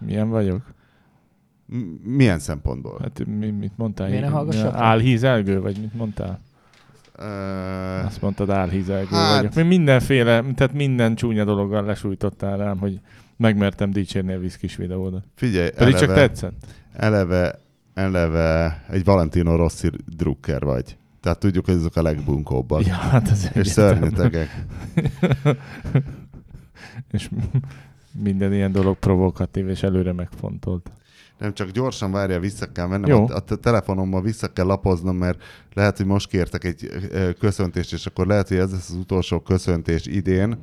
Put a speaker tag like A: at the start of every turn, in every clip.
A: Milyen vagyok?
B: Milyen szempontból?
A: Hát mit mondtál?
C: Miért ne hallgassak?
A: Álhízelgő, vagy mit mondtál? Azt mondtad, álhízelgő vagyok. Még mindenféle, tehát minden csúnya dologgal lesújtottál rám, hogy megmertem dicsérni a viszkis videódat.
B: Figyelj,
A: pedig csak tetszett.
B: Eleve egy Valentino Rossi drukker vagy. Tehát tudjuk, hogy ezek a legbunkóbbak.
A: Ja, hát ez
B: és szörnyetegek.
A: És minden ilyen dolog provokatív, és előre megfontolt.
B: Nem, csak gyorsan várja, vissza kell mennem. A telefonommal vissza kell lapoznom, mert lehet, hogy most kértek egy köszöntést, és akkor lehet, hogy ez lesz az utolsó köszöntés idén.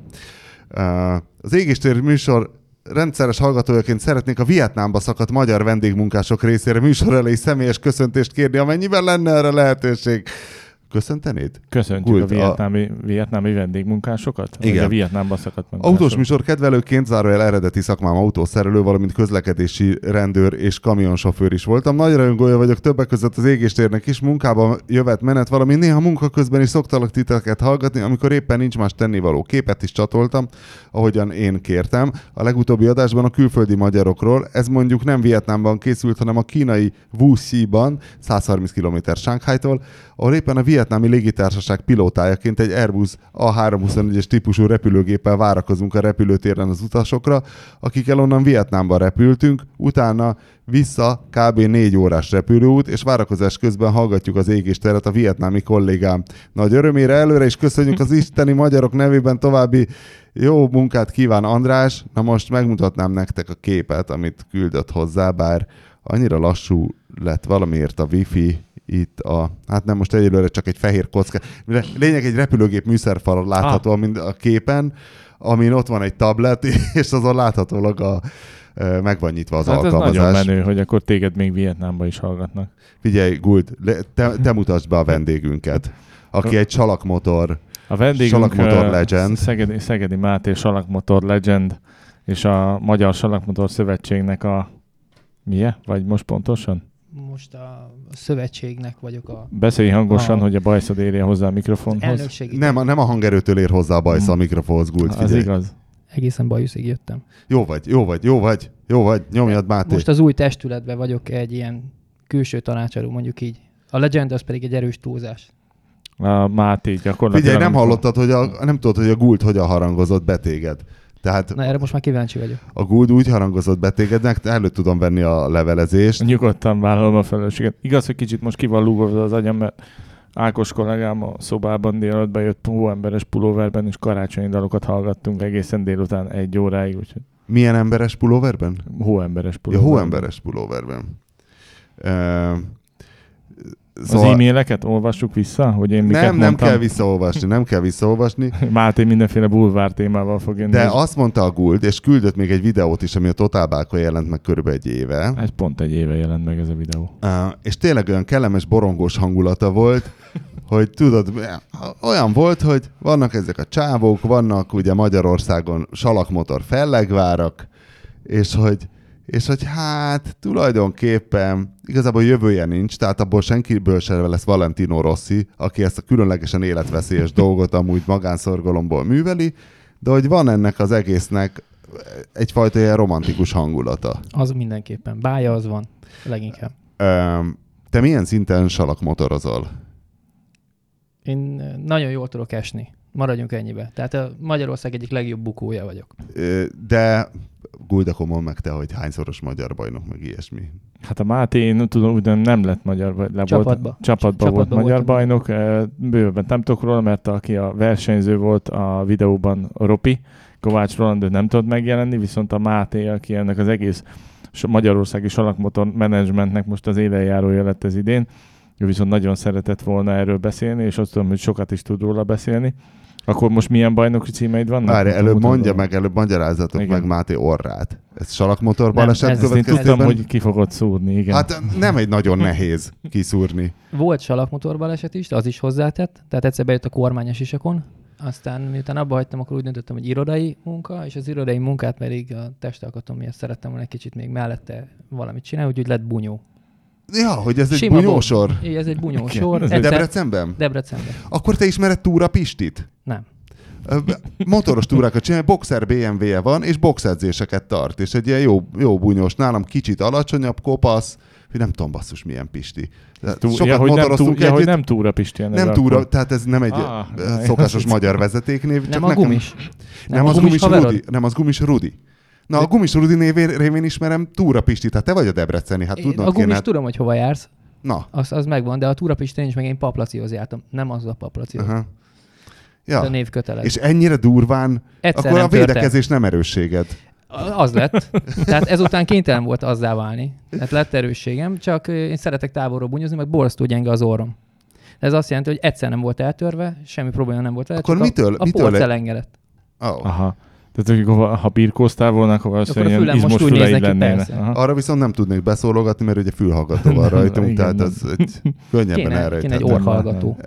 B: Az Égéstér műsor rendszeres hallgatójaként szeretnék a Vietnámba szakadt magyar vendégmunkások részére műsor elejé személyes köszöntést kérni, amennyiben lenne erre lehetőség. Köszöntenéd?
A: Köszöntjük a vietnámi vendégmunkásokat?
B: Igen.
A: A Vietnámba szakadt munkások.
B: Autós műsor kedvelőként, zárójel eredeti szakmám autószerelő, valamint közlekedési rendőr és kamionsofőr is voltam. Nagy rajongója vagyok többek között az Égéstérnek is, munkába jövet menet, valamint néha munka közben is szoktalak titeket hallgatni, amikor éppen nincs más tennivaló. Képet is csatoltam, ahogyan én kértem. A legutóbbi adásban a külföldi magyarokról, ez mondjuk nem Vietnámban készült, hanem a kínai Wuxi-ban, 130 km Shanghai-tól, ahol éppen a vietnámi légitársaság pilótájaként egy Airbus A321-es típusú repülőgéppel várakozunk a repülőtéren az utasokra, akikkel onnan Vietnámba repültünk, utána vissza kb. 4 órás repülőút, és várakozás közben hallgatjuk az Égésteret a vietnámi kollégám nagy örömére. Előre is köszönjük az isteni magyarok nevében, további jó munkát kíván András. Na most megmutatnám nektek a képet, amit küldött hozzá, bár annyira lassú lett valamiért a wifi itt hát nem most egyelőre csak egy fehér kocka. Lényeg egy repülőgép műszerfal látható a képen, amin ott van egy tablet, és azon láthatólag meg van nyitva az alkalmazás.
A: Ez nagyon menő, hogy akkor téged még Vietnámba is hallgatnak.
B: Figyelj, Guld, te mutasd be a vendégünket, aki egy salakmotor,
A: a vendégünk
B: salakmotor legend.
A: Szegedi Máté salakmotor legend, és a Magyar Salakmotor Szövetségnek a milyen? Vagy most pontosan?
C: Most a szövetségnek vagyok a...
A: Beszélj hangosan, hogy a bajszod érje hozzá a mikrofonhoz.
B: Nem a hangerőtől ér hozzá a bajsz a mikrofonhoz, Guld, figyelj.
A: Az igaz.
C: Egészen bajuszig jöttem.
B: Jó vagy, nyomjad, Máté.
C: Most az új testületben vagyok egy ilyen külső tanácsadó, mondjuk így. A legend az pedig egy erős túlzás.
A: A Máté gyakorlatilag...
B: Figyelj, nem hallottad, nem tudod, hogy a Guld hogyan harangozott be téged. Tehát
C: na, erre most már kíváncsi vagyok.
B: A Guld úgy harangozott betégednek, elő tudom venni a levelezést.
A: Nyugodtan vállalom a felelősséget. Igaz, hogy kicsit most ki van lúgva az agyam, mert Ákos kollégám a szobában délután bejött hóemberes pulóverben, és karácsonyi dalokat hallgattunk egészen délután 1 óráig. Úgyhogy...
B: Milyen emberes pulóverben?
A: Hóemberes pulóverben.
B: Ja, hóemberes pulóverben.
A: Az e-maileket olvassuk vissza, hogy én miket mondtam?
B: Nem kell visszaolvasni.
A: Máté mindenféle bulvár témával fog jönni.
B: De azt mondta a Guld, és küldött még egy videót is, ami a Totál Bálka jelent meg körülbelül 1 éve.
A: Ez pont 1 éve jelent meg ez a videó.
B: És tényleg olyan kellemes, borongós hangulata volt, hogy tudod, olyan volt, hogy vannak ezek a csávók, vannak ugye Magyarországon salakmotor fellegvárak, és hogy hát tulajdonképpen igazából jövője nincs, tehát abból senkiből sem lesz Valentino Rossi, aki ezt a különlegesen életveszélyes dolgot amúgy magánszorgalomból műveli, de hogy van ennek az egésznek egyfajta ilyen romantikus hangulata.
C: Az mindenképpen. Bája az van leginkább.
B: Te milyen szinten salakmotorozol?
C: Én nagyon jól tudok esni. Maradjunk ennyibe. Tehát a Magyarország egyik legjobb bukója vagyok.
B: De Guld, akkor mondd meg te, hogy hányszoros magyar bajnok, meg ilyesmi.
A: Hát a Máté, én tudom, hogy nem lett magyar, csapatban volt magyar bajnok. Bőven nem tudok róla, mert aki a versenyző volt a videóban, a Ropi, Kovács Roland, nem tudott megjelenni, viszont a Máté, aki ennek az egész magyarországi salakmotor menedzsmentnek most az élenjárója lett ez idén, ő viszont nagyon szeretett volna erről beszélni, és azt tudom, hogy sokat is tud róla beszélni. Akkor most milyen bajnoki címeid vannak?
B: Várj, előbb magyarázzatok meg Máté orrát. Ez salakmotor baleset
A: következtében? Én tudtam, hogy ki fogod szúrni, igen.
B: Hát nem egy nagyon nehéz kiszúrni.
C: Volt salakmotor baleset is, az is hozzátett. Tehát egyszer bejött a kormány a sisakon. Aztán miután abba hagytam, akkor úgy döntöttem, hogy irodai munka, és az irodai munkát pedig a testalkatom miatt szerettem volna egy kicsit még mellette valamit csinálni, úgyhogy lett bunyó.
B: Ja, hogy ez egy bunyósor.
C: Igen, ez egy bunyósor.
B: Debrecenben?
C: Debrecenben.
B: Akkor te ismered Túra Pistit?
C: Nem.
B: Motoros túrákat csinál, boxer BMW-je van, és boxedzéseket tart, és egy ilyen jó bunyós, nálam kicsit alacsonyabb, kopasz, nem tudom basszus milyen Pisti.
A: Sokat motoroztunk együtt. Hogy nem túra Pisti.
B: Nem túra, tehát ez nem egy szokásos magyar vezetéknév.
C: Nem a gumis.
B: Nem az gumis Rudi. Na, a gumis Rudi révén ismerem Túra Pisti, tehát te vagy a debreceni, hát tudnod
C: a gumis tudom, hogy hova jársz.
B: Na.
C: Az megvan, de a Túra Pistén is meg én Paplacihoz jártam. Nem az a Paplacihoz.
B: Ja.
C: A név kötelező.
B: És ennyire durván,
C: egyszer
B: akkor a védekezés nem erősséged.
C: Az lett. Tehát ezután kénytelen volt azzá válni. Tehát lett erősségem, csak én szeretek távolról bunyozni, meg borzasztó gyenge az orrom. Ez azt jelenti, hogy egyszer nem volt eltörve, semmi probléma nem volt vele,
B: akkor
C: csak a porc elengedett.
A: Oh. Aha. Tehát ha birkóztál volna, akkor valószínűleg ilyen izmos füleid lennének.
B: Arra viszont nem tudnék beszólogatni, mert ugye fülhallgató van rajtunk, tehát ez könnyebben elrejtett.
C: Kéne egy orrhallgató.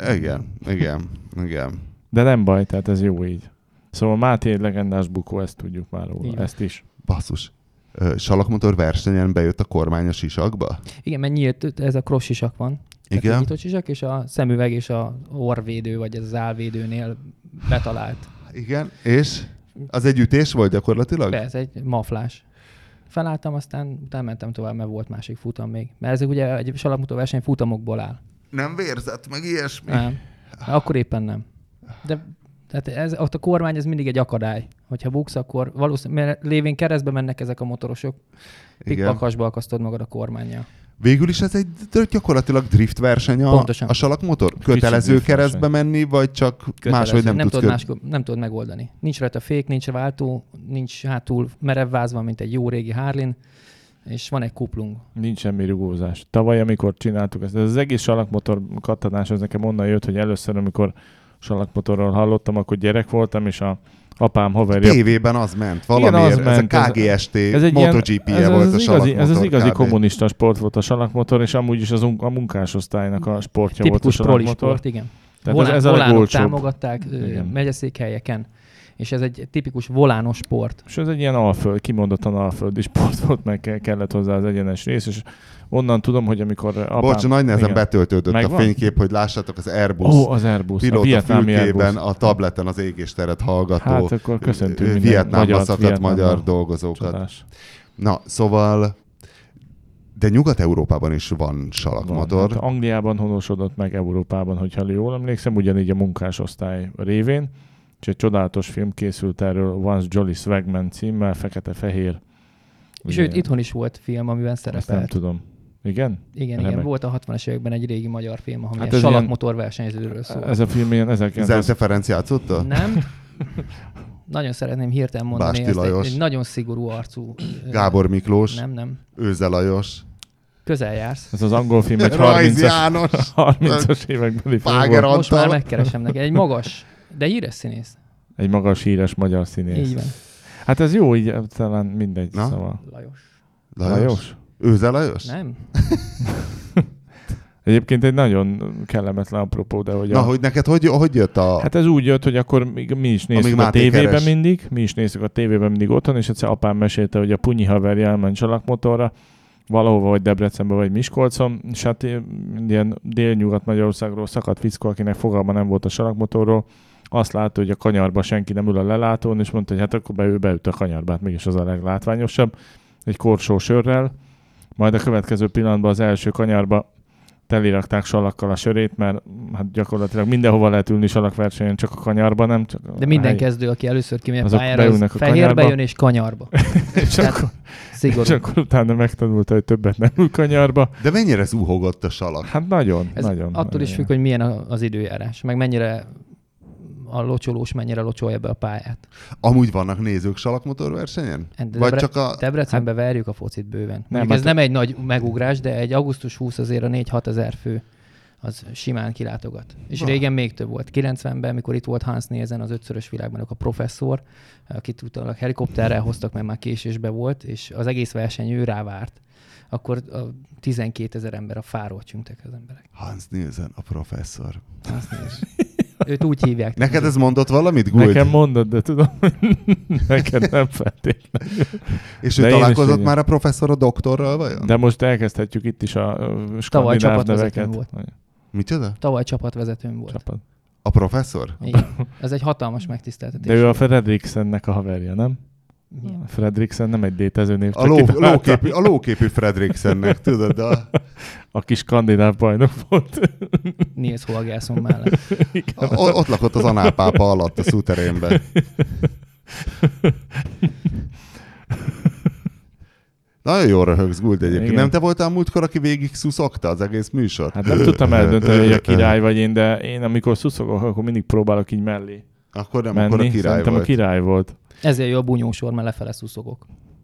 B: Igen.
A: De nem baj, tehát ez jó így. Szóval Máté egy legendás bukó, ezt tudjuk már róla. Igen. Ezt is.
B: Basszus. Salakmotor versenyen bejött a kormány a sisakba?
C: Igen, mert nyílt, ez a cross sisak van.
B: Igen.
C: Nyitott sisak, és a szemüveg és a orrvédő, vagy az állvédőnél betalált.
B: Igen, és az egy ütés volt gyakorlatilag?
C: Ez egy maflás. Felálltam, aztán utána mentem tovább, mert volt másik futam még. Mert ez ugye egy salakmotor verseny futamokból áll.
B: Nem vérzett, meg ilyesmi?
C: Nem. Akkor éppen nem. De tehát ott a kormány ez mindig egy akadály. Hogyha buksz, akkor valószínűleg, mert lévén keresztbe mennek ezek a motorosok, pikpakasba akasztod magad a kormánnyal.
B: Végül is ez egy gyakorlatilag drift verseny a salakmotor? Kötelező keresztbe menni, vagy csak máshogy nem tudsz?
C: Nem tudod megoldani. Nincs rajta fék, nincs váltó, nincs hátul merevvázva, mint egy jó régi Harlin, és van egy kuplung.
A: Nincs semmi rugózás. Tavaly, amikor csináltuk ezt, ez az egész salakmotor kattanás, az nekem onnan jött, hogy először, amikor salakmotorról hallottam, akkor gyerek voltam, és a apám haverja...
B: Tévében az ment, valamiért. Igen, ez a KGST MotoGP-je volt a salakmotor.
A: Ez az igazi kommunista sport volt a salakmotor, és amúgy is a munkásosztálynak a sportja
C: tipikus
A: volt a salakmotor.
C: Sport, igen. Volánok támogatták megyeszékhelyeken, és ez egy tipikus volános sport.
A: És ez egy ilyen kimondottan alföldi sport volt, meg kellett hozzá az egyenes rész, és onnan tudom, hogy amikor apám...
B: Bocs, nagy nehezen betöltődött a fénykép, hogy lássátok az Airbus.
A: Az Airbus.
B: Pilóta fülkében, a tableten az égésteret hallgató.
A: Hát akkor köszöntünk
B: Vietnámba szakadt magyar dolgozókat.
A: Csodás.
B: Na, szóval... De Nyugat-Európában is van salakmotor.
A: Hát Angliában honosodott meg, Európában, hogyha jól emlékszem, ugyanígy a munkásosztály révén. És egy csodálatos film készült erről, Once Jolly Swagman címmel, fekete-fehér.
C: Sőt, itthon is volt film, amiben szerepelt.
A: Nem tudom. Igen?
C: Igen. Volt a 60-as években egy régi magyar film, ami hát salakmotor versenyzőről szól.
A: Ez a film ilyen 1900...
B: Zente Ferenc játszotta?
C: Nem. Nagyon szeretném hirtelen mondani ezt. Egy nagyon szigorú arcú...
B: Gábor Miklós.
C: Nem.
B: Őze Lajos.
C: Közel jársz.
A: Ez az angol film egy 30-as évekbeli film volt.
C: Most már megkeresem neki. Egy magas, de híres színész.
A: Egy magas, híres magyar színész.
C: Így van.
A: Hát ez jó, így talán mindegy.
B: Na?
A: Szóval.
C: Lajos.
B: Őze Lajos?
C: Nem.
A: Egyébként egy nagyon kellemetlen apropó, de hogy...
B: hogy neked hogy jött a...
A: Hát ez úgy jött, hogy akkor mi is néztük a tévében mindig. Mi is néztük a tévében mindig otthon, és egyszer apám mesélte, hogy a Punyi haverja elment salakmotorra, valahova, vagy Debrecenbe, vagy Miskolcon, és hát ilyen Délnyugat-Magyarországról szakadt fickó, akinek fogalma nem volt a salakmotorról, azt látta, hogy a kanyarba senki nem ül a lelátón, és mondta, hogy hát akkor ő beült a kanyarba, hát mégis az a leglátványosabb, egy korsó sörrel, majd a következő pillanatban az első kanyarba telirakták salakkal a sörét, mert hát gyakorlatilag mindenhova lehet ülni salakversenyen, csak a kanyarba, nem csak
C: de minden kezdő, aki először kimegy a pályára, az fehérbe jön és kanyarba.
A: és akkor utána megtanulta, hogy többet nem ül kanyarba.
B: De mennyire zúhogott a salak?
A: Hát nagyon.
C: Attól is függ, hogy milyen az időjárás, meg mennyire a locsolós mennyire locsolja be a pályát.
B: Amúgy vannak nézők salakmotorversenyen?
C: Debrecenbe verjük a focit bőven. Ez nem egy nagy megugrás, de egy augusztus 20 azért a 4-6 ezer fő az simán kilátogat. És régen még több volt. 90-ben, mikor itt volt Hans Nielsen, az 5-szörös világbajnok, a professzor, akit utána helikopterrel hoztak, mert már késésbe volt, és az egész verseny ő rávárt. Akkor 12 000 ember a fáról csüngtek az emberek.
B: Hans Nielsen, a professzor.
C: Hans Nielsen. Őt úgy hívják.
B: Neked ez mondott valamit, Guld?
A: Nekem mondott, de tudom, hogy neked nem feltétlenül.
B: És ő találkozott már a professzor a doktorral, vajon?
A: De most elkezdhetjük itt is a skandináv neveket.
C: Volt.
B: Micsoda?
C: Tavaly csapatvezetőm volt.
B: A professzor?
C: Igen. Ez egy hatalmas megtiszteltetés.
A: De ő a Fredriksennek a haverja, nem?
C: Igen.
A: Fredriksen nem egy létező név.
B: A lóképű Fredriksennek, tudod?
A: Aki skandináv bajnok volt.
C: Nils Holgersson mellett.
B: Ott lakott az análpápa alatt a szúterénben. Nagyon jól röhögsz, Guld, egyébként. Igen. Nem te voltál múltkor, aki végig szuszogta az egész műsor?
A: Hát nem tudtam eldönteni, hogy a király vagy én, de én amikor szuszogok, akkor mindig próbálok így mellé
B: akkor nem,
A: menni.
B: Akkor a király
A: Szerintem
B: volt.
A: A király volt.
C: Ezért jó a bunyósor, mert lefele szuszogok.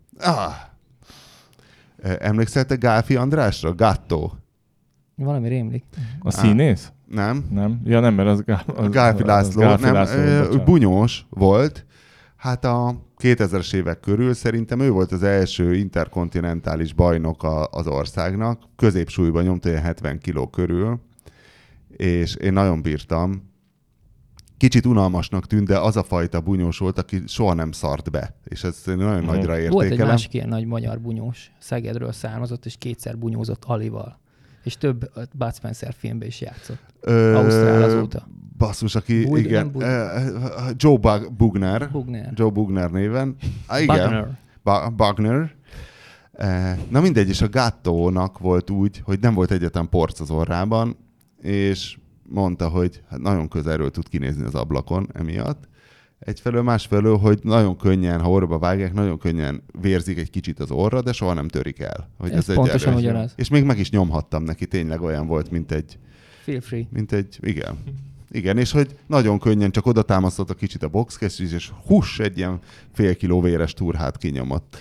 B: Emlékszel te Gálfi Andrásra? Gatto.
C: Valami rémlik.
A: A színész?
B: Nem.
A: Nem? Ja nem, mert az
B: Gálfi László.
A: Gálfi
B: Nem,
A: László,
B: bunyós volt. Hát a 2000-es évek körül szerintem ő volt az első interkontinentális bajnok az országnak. Középsúlyban nyomta ilyen 70 kiló körül, és én nagyon bírtam. Kicsit unalmasnak tűnt, de az a fajta bunyós volt, aki soha nem szart be. És ezt nagyon nagyra értékelem.
C: Volt egy másik ilyen nagy magyar bunyós. Szegedről származott, és kétszer bunyózott Alival. És több Bud Spencer filmben is játszott. Ausztrál azóta.
B: Basszus, aki, igen. Joe Bugner. Joe Bugner néven. Igen. Bugner. Na mindegy, és a Gattónak volt úgy, hogy nem volt egyetem porc az orrában, és mondta, hogy hát nagyon közelről tud kinézni az ablakon emiatt. Egyfelől, másfelől, hogy nagyon könnyen, ha orba vágják, nagyon könnyen vérzik egy kicsit az orra, de soha nem törik el. Hogy
C: ez pontosan ugyanaz.
B: És még meg is nyomhattam neki, tényleg olyan volt, mint egy...
C: Feel free.
B: Igen. Igen, és hogy nagyon könnyen csak oda támasztott kicsit a boxkesztyűt, és egy ilyen fél kiló véres turhát kinyomott.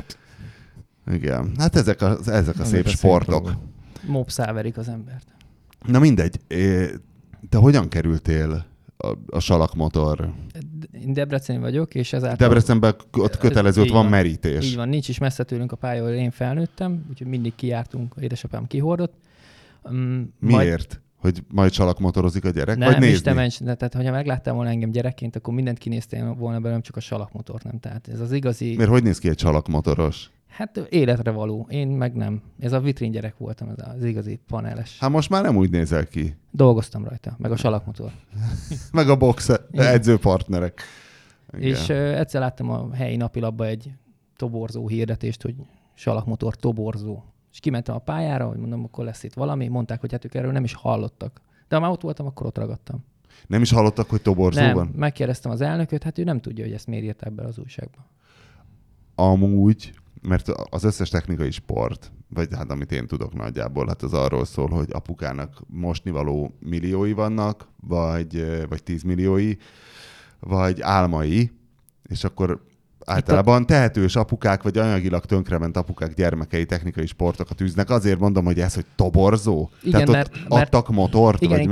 B: Igen. Hát ezek a szép sportok.
C: Mopszáverik az embert.
B: Na mindegy. Te hogyan kerültél a salakmotor?
C: Én Debreceni vagyok, és ezáltal...
B: Debrecenben ott kötelező, ott van merítés.
C: Így van, nincs is messze tőlünk a pálya, ahol én felnőttem, úgyhogy mindig kijártunk, édesapám kihordott.
B: Miért? Hogy majd salakmotorozik a gyerek?
C: Nem,
B: vagy nézni?
C: Istenments, tehát hogyha megláttál volna engem gyerekként, akkor mindent kinéztél volna belőlem, csak a salakmotort nem. Tehát ez az igazi...
B: Miért? Hogy néz ki egy salakmotoros?
C: Hát életre való. Én meg nem. Ez a vitrin gyerek voltam, ez az igazi paneles.
B: Hát most már nem úgy nézel ki.
C: Dolgoztam rajta, meg a salakmotor.
B: Meg a box edzőpartnerek.
C: Igen. És egyszer láttam a helyi napilapban egy toborzó hirdetést, hogy salakmotor toborzó. És kimentem a pályára, hogy mondom, akkor lesz itt valami. Mondták, hogy hát ők erről nem is hallottak. De ha már ott voltam, akkor ott ragadtam.
B: Nem is hallottak, hogy toborzó van?
C: Nem, megkérdeztem az elnököt, hát ő nem tudja, hogy ezt miért írták be az újságba.
B: Amúgy, mert az összes technikai sport, vagy hát amit én tudok nagyjából, hát az arról szól, hogy apukának mosnivaló milliói vannak, vagy 10 milliói, vagy álmai, és akkor általában tehetős apukák, vagy anyagilag tönkrement apukák gyermekei technikai sportokat űznek. Azért mondom, hogy ez, hogy toborzó?
C: Igen,
B: tehát ott adtak motort?
C: Igen,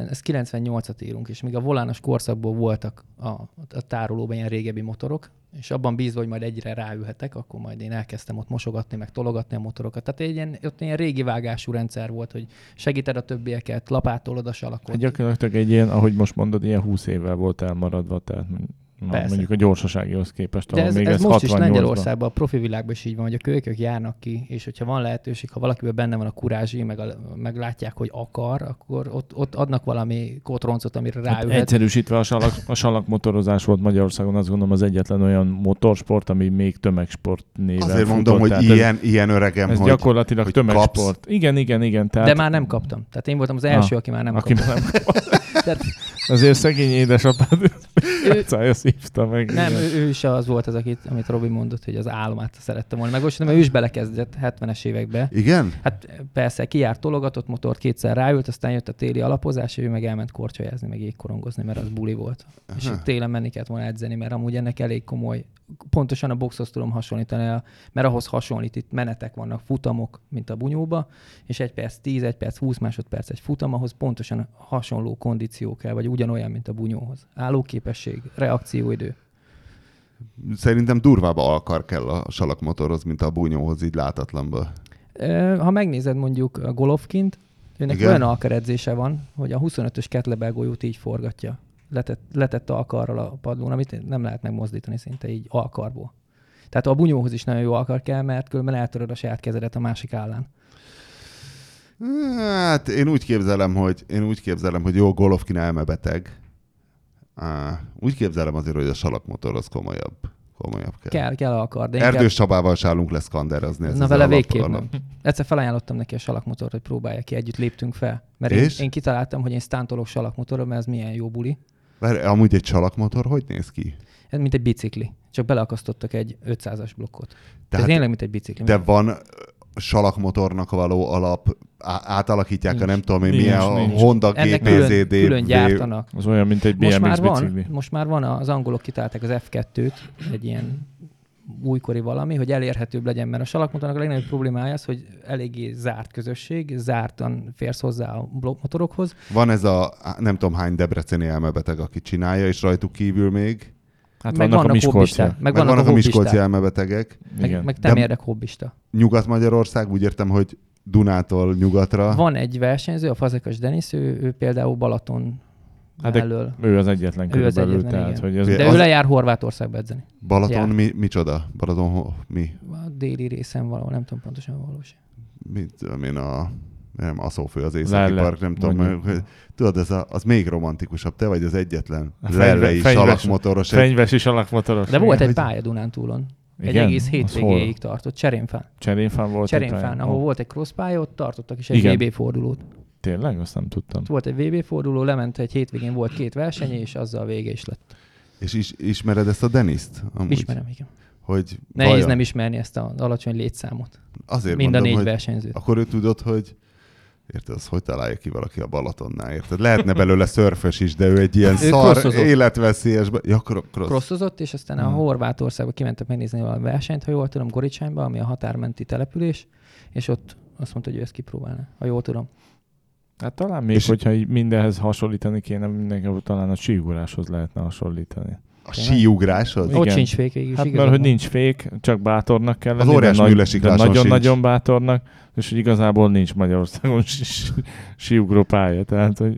C: 98-at írunk, és még a volános korszakból voltak a tárolóban ilyen régebbi motorok, és abban bízva, hogy majd egyre ráülhetek, akkor majd én elkezdtem ott mosogatni, meg tologatni a motorokat. Tehát ott ilyen régi vágású rendszer volt, hogy segíted a többieket, lapátolod a salakot.
A: Gyakorlatilag egy ilyen, ahogy most mondod, ilyen 20 évvel volt elmaradva, tehát mondjuk a gyorsaságihoz képest.
C: De ez most is Lengyelországban, a profi világban is így van, hogy a kölykök járnak ki, és hogyha van lehetőség, ha valakiben benne van a kurázsi, meg látják, hogy akar, akkor ott adnak valami kotroncot, amire ráülhet.
A: Hát egyszerűsítve a salakmotorozás volt Magyarországon, azt gondolom az egyetlen olyan motorsport, ami még tömegsport néven
B: azért
A: futott.
B: mondom, hogy ilyen öregem,
A: ez gyakorlatilag hogy tömegsport. Kapsz. Igen. Tehát...
C: De már nem kaptam. Tehát én voltam az első, aki már nem kaptam.
A: Tehát... Azért szegény édesapád cája szívta meg.
C: Nem, ő is az volt az, amit Robi mondott, hogy az álmát szerette volna megvalósítani, mert ő is belekezdett 70-es évekbe.
B: Igen?
C: Hát persze, kijárt tologatott motort, kétszer ráült, aztán jött a téli alapozás, és ő meg elment korcsolyázni, meg jégkorongozni, mert az buli volt. Aha. És télen menni kellett volna edzeni, mert amúgy ennek elég komoly. Pontosan a boxhoz tudom hasonlítani, mert ahhoz hasonlít, itt menetek vannak, futamok, mint a bunyóba, és 1 perc 10, 1 perc 20 másodperc egy futam, ahhoz pontosan hasonló kondíció kell, vagy ugyanolyan, mint a bunyóhoz. Állóképesség, reakcióidő.
B: Szerintem durvább alkar kell a salakmotorhoz, mint a bunyóhoz, így látatlanban.
C: Ha megnézed mondjuk a Golovkint, őnek olyan alkaredzése van, hogy a 25-ös kettlebell golyót így forgatja. Letett alkarral a padlón, amit nem lehet megmozdítani szinte így alkarból. Tehát a bunyóhoz is nagyon jó alkar kell, mert különben eltöröd a saját kezedet a másik állán.
B: Hát én úgy képzelem, hogy jó, Golovkin elmebeteg, Úgy képzelem azért, hogy a salakmotor az komolyabb
C: kell akar.
B: Erdős Csabával se állunk leszkanderezni.
C: Na vele végképp nem. Egyszer felajánlottam neki a salakmotort, hogy próbálja ki, együtt léptünk fel. Mert én kitaláltam, hogy én stuntolok salakmotorra, mert ez milyen jó buli.
B: Amúgy egy salakmotor hogy néz ki?
C: Ez mint egy bicikli. Csak beleakasztottak egy 500-as blokkot. Tehát tényleg mint egy bicikli.
B: De van salakmotornak való alap, átalakítják nincs. A nem tudom én milyen nincs. Honda GPZD.
C: Külön gyártanak.
A: Az olyan, mint egy BMX bicikli.
C: Most már van, az angolok kitalálták az F2-t, egy ilyen újkori valami, hogy elérhetőbb legyen, mert a salakmotornak a legnagyobb problémája az, hogy eléggé zárt közösség, zártan férsz hozzá a blokkmotorokhoz.
B: Van ez a nem tudom hány debreceni elmebeteg, aki csinálja, és rajtuk kívül még.
A: Hát meg vannak a miskolciak.
B: Meg vannak a miskolci elmebetegek.
C: Meg temérdek hobbista.
B: Nyugat-Magyarország, úgy értem, hogy Dunától nyugatra.
C: Van egy versenyző, a Fazekas Denis, ő például Balaton elől.
A: Ő az egyetlen körülbelül. Tehát, hogy ez
C: de ő lejár Horvátországba edzeni.
B: Balaton micsoda? Balaton mi?
C: A déli részen valahol, nem tudom pontosan valós.
B: Nem, Aszófő az északi park, nem tudom. Tudod, az még romantikusabb. Te vagy az egyetlen lellei salakmotoros.
A: Fenyvesi salakmotoros.
C: De volt egy pálya Dunántúlon. Egy egész hétvégéig tartott. Cserényfán
A: volt.
C: Cserényfán, ahol volt egy crosspálya, ott tartottak is egy VB fordulót.
A: Tényleg? Azt nem tudtam.
C: Volt egy VB forduló, lement egy hétvégén, volt 2 verseny, és azzal vége is lett.
B: És ismered ezt a Denist?
C: Ismerem, igen.
B: Hogy
C: nehéz nem ismerni ezt az alacsony létszámot.
B: Azért
C: mind
B: mondom,
C: a 4 versenyzőt.
B: Akkor ő tudod, hogy érted, az hogy találja ki valaki a Balatonnál, érted? Lehetne belőle szörfös is, de ő egy ilyen szar, életveszélyes... Ja,
C: crossozott, és aztán a Horvátországba kimentek megnézni a versenyt, ha jól tudom, Goricsányba, ami a határmenti település, és ott azt mondta, hogy ő ezt kipróbálna, ha jól tudom.
A: Hát talán még, hogyha mindenhez hasonlítani kéne, mindenki talán a síugráshoz lehetne hasonlítani.
B: A síugráshoz?
C: Ott sincs fék végül.
A: Hát mert hogy nincs fék, csak bátornak kell lenni.
B: Az óriás műlesikláson
A: nagyon-nagyon bátornak, és hogy igazából nincs Magyarországon síugró pálya. Tehát, hogy...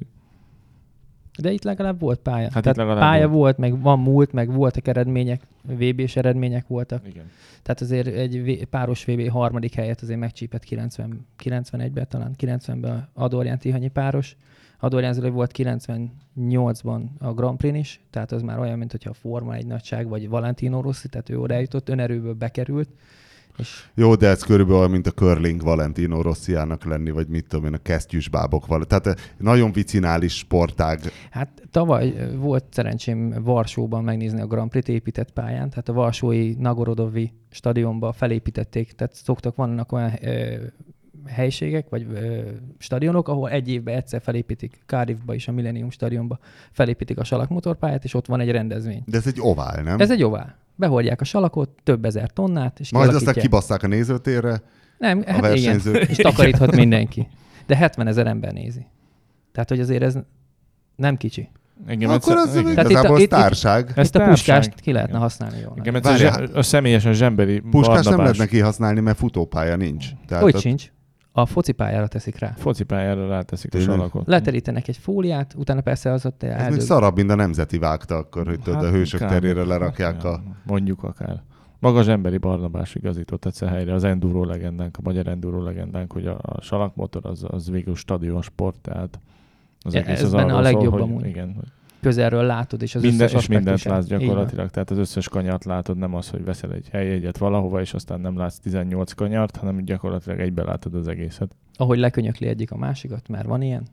C: De itt legalább volt pálya.
A: Hát
C: tehát
A: legalább
C: pálya volt, meg van múlt, meg voltak eredmények, VB-s eredmények voltak.
A: Igen.
C: Tehát azért egy páros VB harmadik helyet azért megcsípett 91-ben, talán 90-ben Adorján Tihanyi páros. Adorján Zoli volt 98-ban a Grand Prix is, tehát az már olyan, mint hogyha a Forma 1 nagyság, vagy Valentino Rossi, tehát ő oda eljutott, önerőből bekerült. És...
B: Jó, de ez körülbelül mint a curling Valentino Rossiának lenni, vagy mit tudom én, a kesztyűs bábok. Tehát nagyon vicinális sportág.
C: Hát tavaly volt szerencsém Varsóban megnézni a Grand Prix-t épített pályán, tehát a varsói Nagorodovi stadionba felépítették, tehát vannak olyan helyiségek, vagy stadionok, ahol egy évben egyszer felépítik, Cardiffba is, a Millennium stadionba felépítik a salakmotorpályát, és ott van egy rendezvény.
B: De ez egy ovál, nem?
C: Ez egy ovál. Behordják a salakot, több ezer tonnát, és
B: majd aztán kibasszák a nézőtérre.
C: Nem, hát igen, és takaríthat mindenki. De 70 000 ember nézi. Tehát, hogy azért ez nem kicsi.
B: Igen, akkor az igazából az társág.
C: Ezt a Puskást ki lehetne használni jól.
A: Igen, a személyesen zsemberi
B: Puskást nem lehetne kihasználni, mert futópálya nincs.
C: Hogy sincs. A focipályára teszik rá.
A: Focipályára ráteszik a salakot.
C: Leterítenek egy fóliát, utána persze az ott
B: ez még szarabb, mint a nemzeti vágta akkor, hogy tudod, a hősök terére lerakják a...
A: Mondjuk akár. Maga Zsemberi Barnabás igazított egyszer helyre az enduro legendánk, a magyar enduro legendánk, hogy a salakmotor az végül stadionsport, tehát az egész az
C: benne a legjobb
A: szól,
C: amúgy.
A: Igen,
C: közelről látod, és az
A: összes és mindent látsz gyakorlatilag, tehát az összes kanyart látod, nem az, hogy veszel egy helyjegyet valahova, és aztán nem látsz 18 kanyart, hanem gyakorlatilag egybe látod az egészet.
C: Ahogy lekönyökli egyik a másikat, már van ilyen?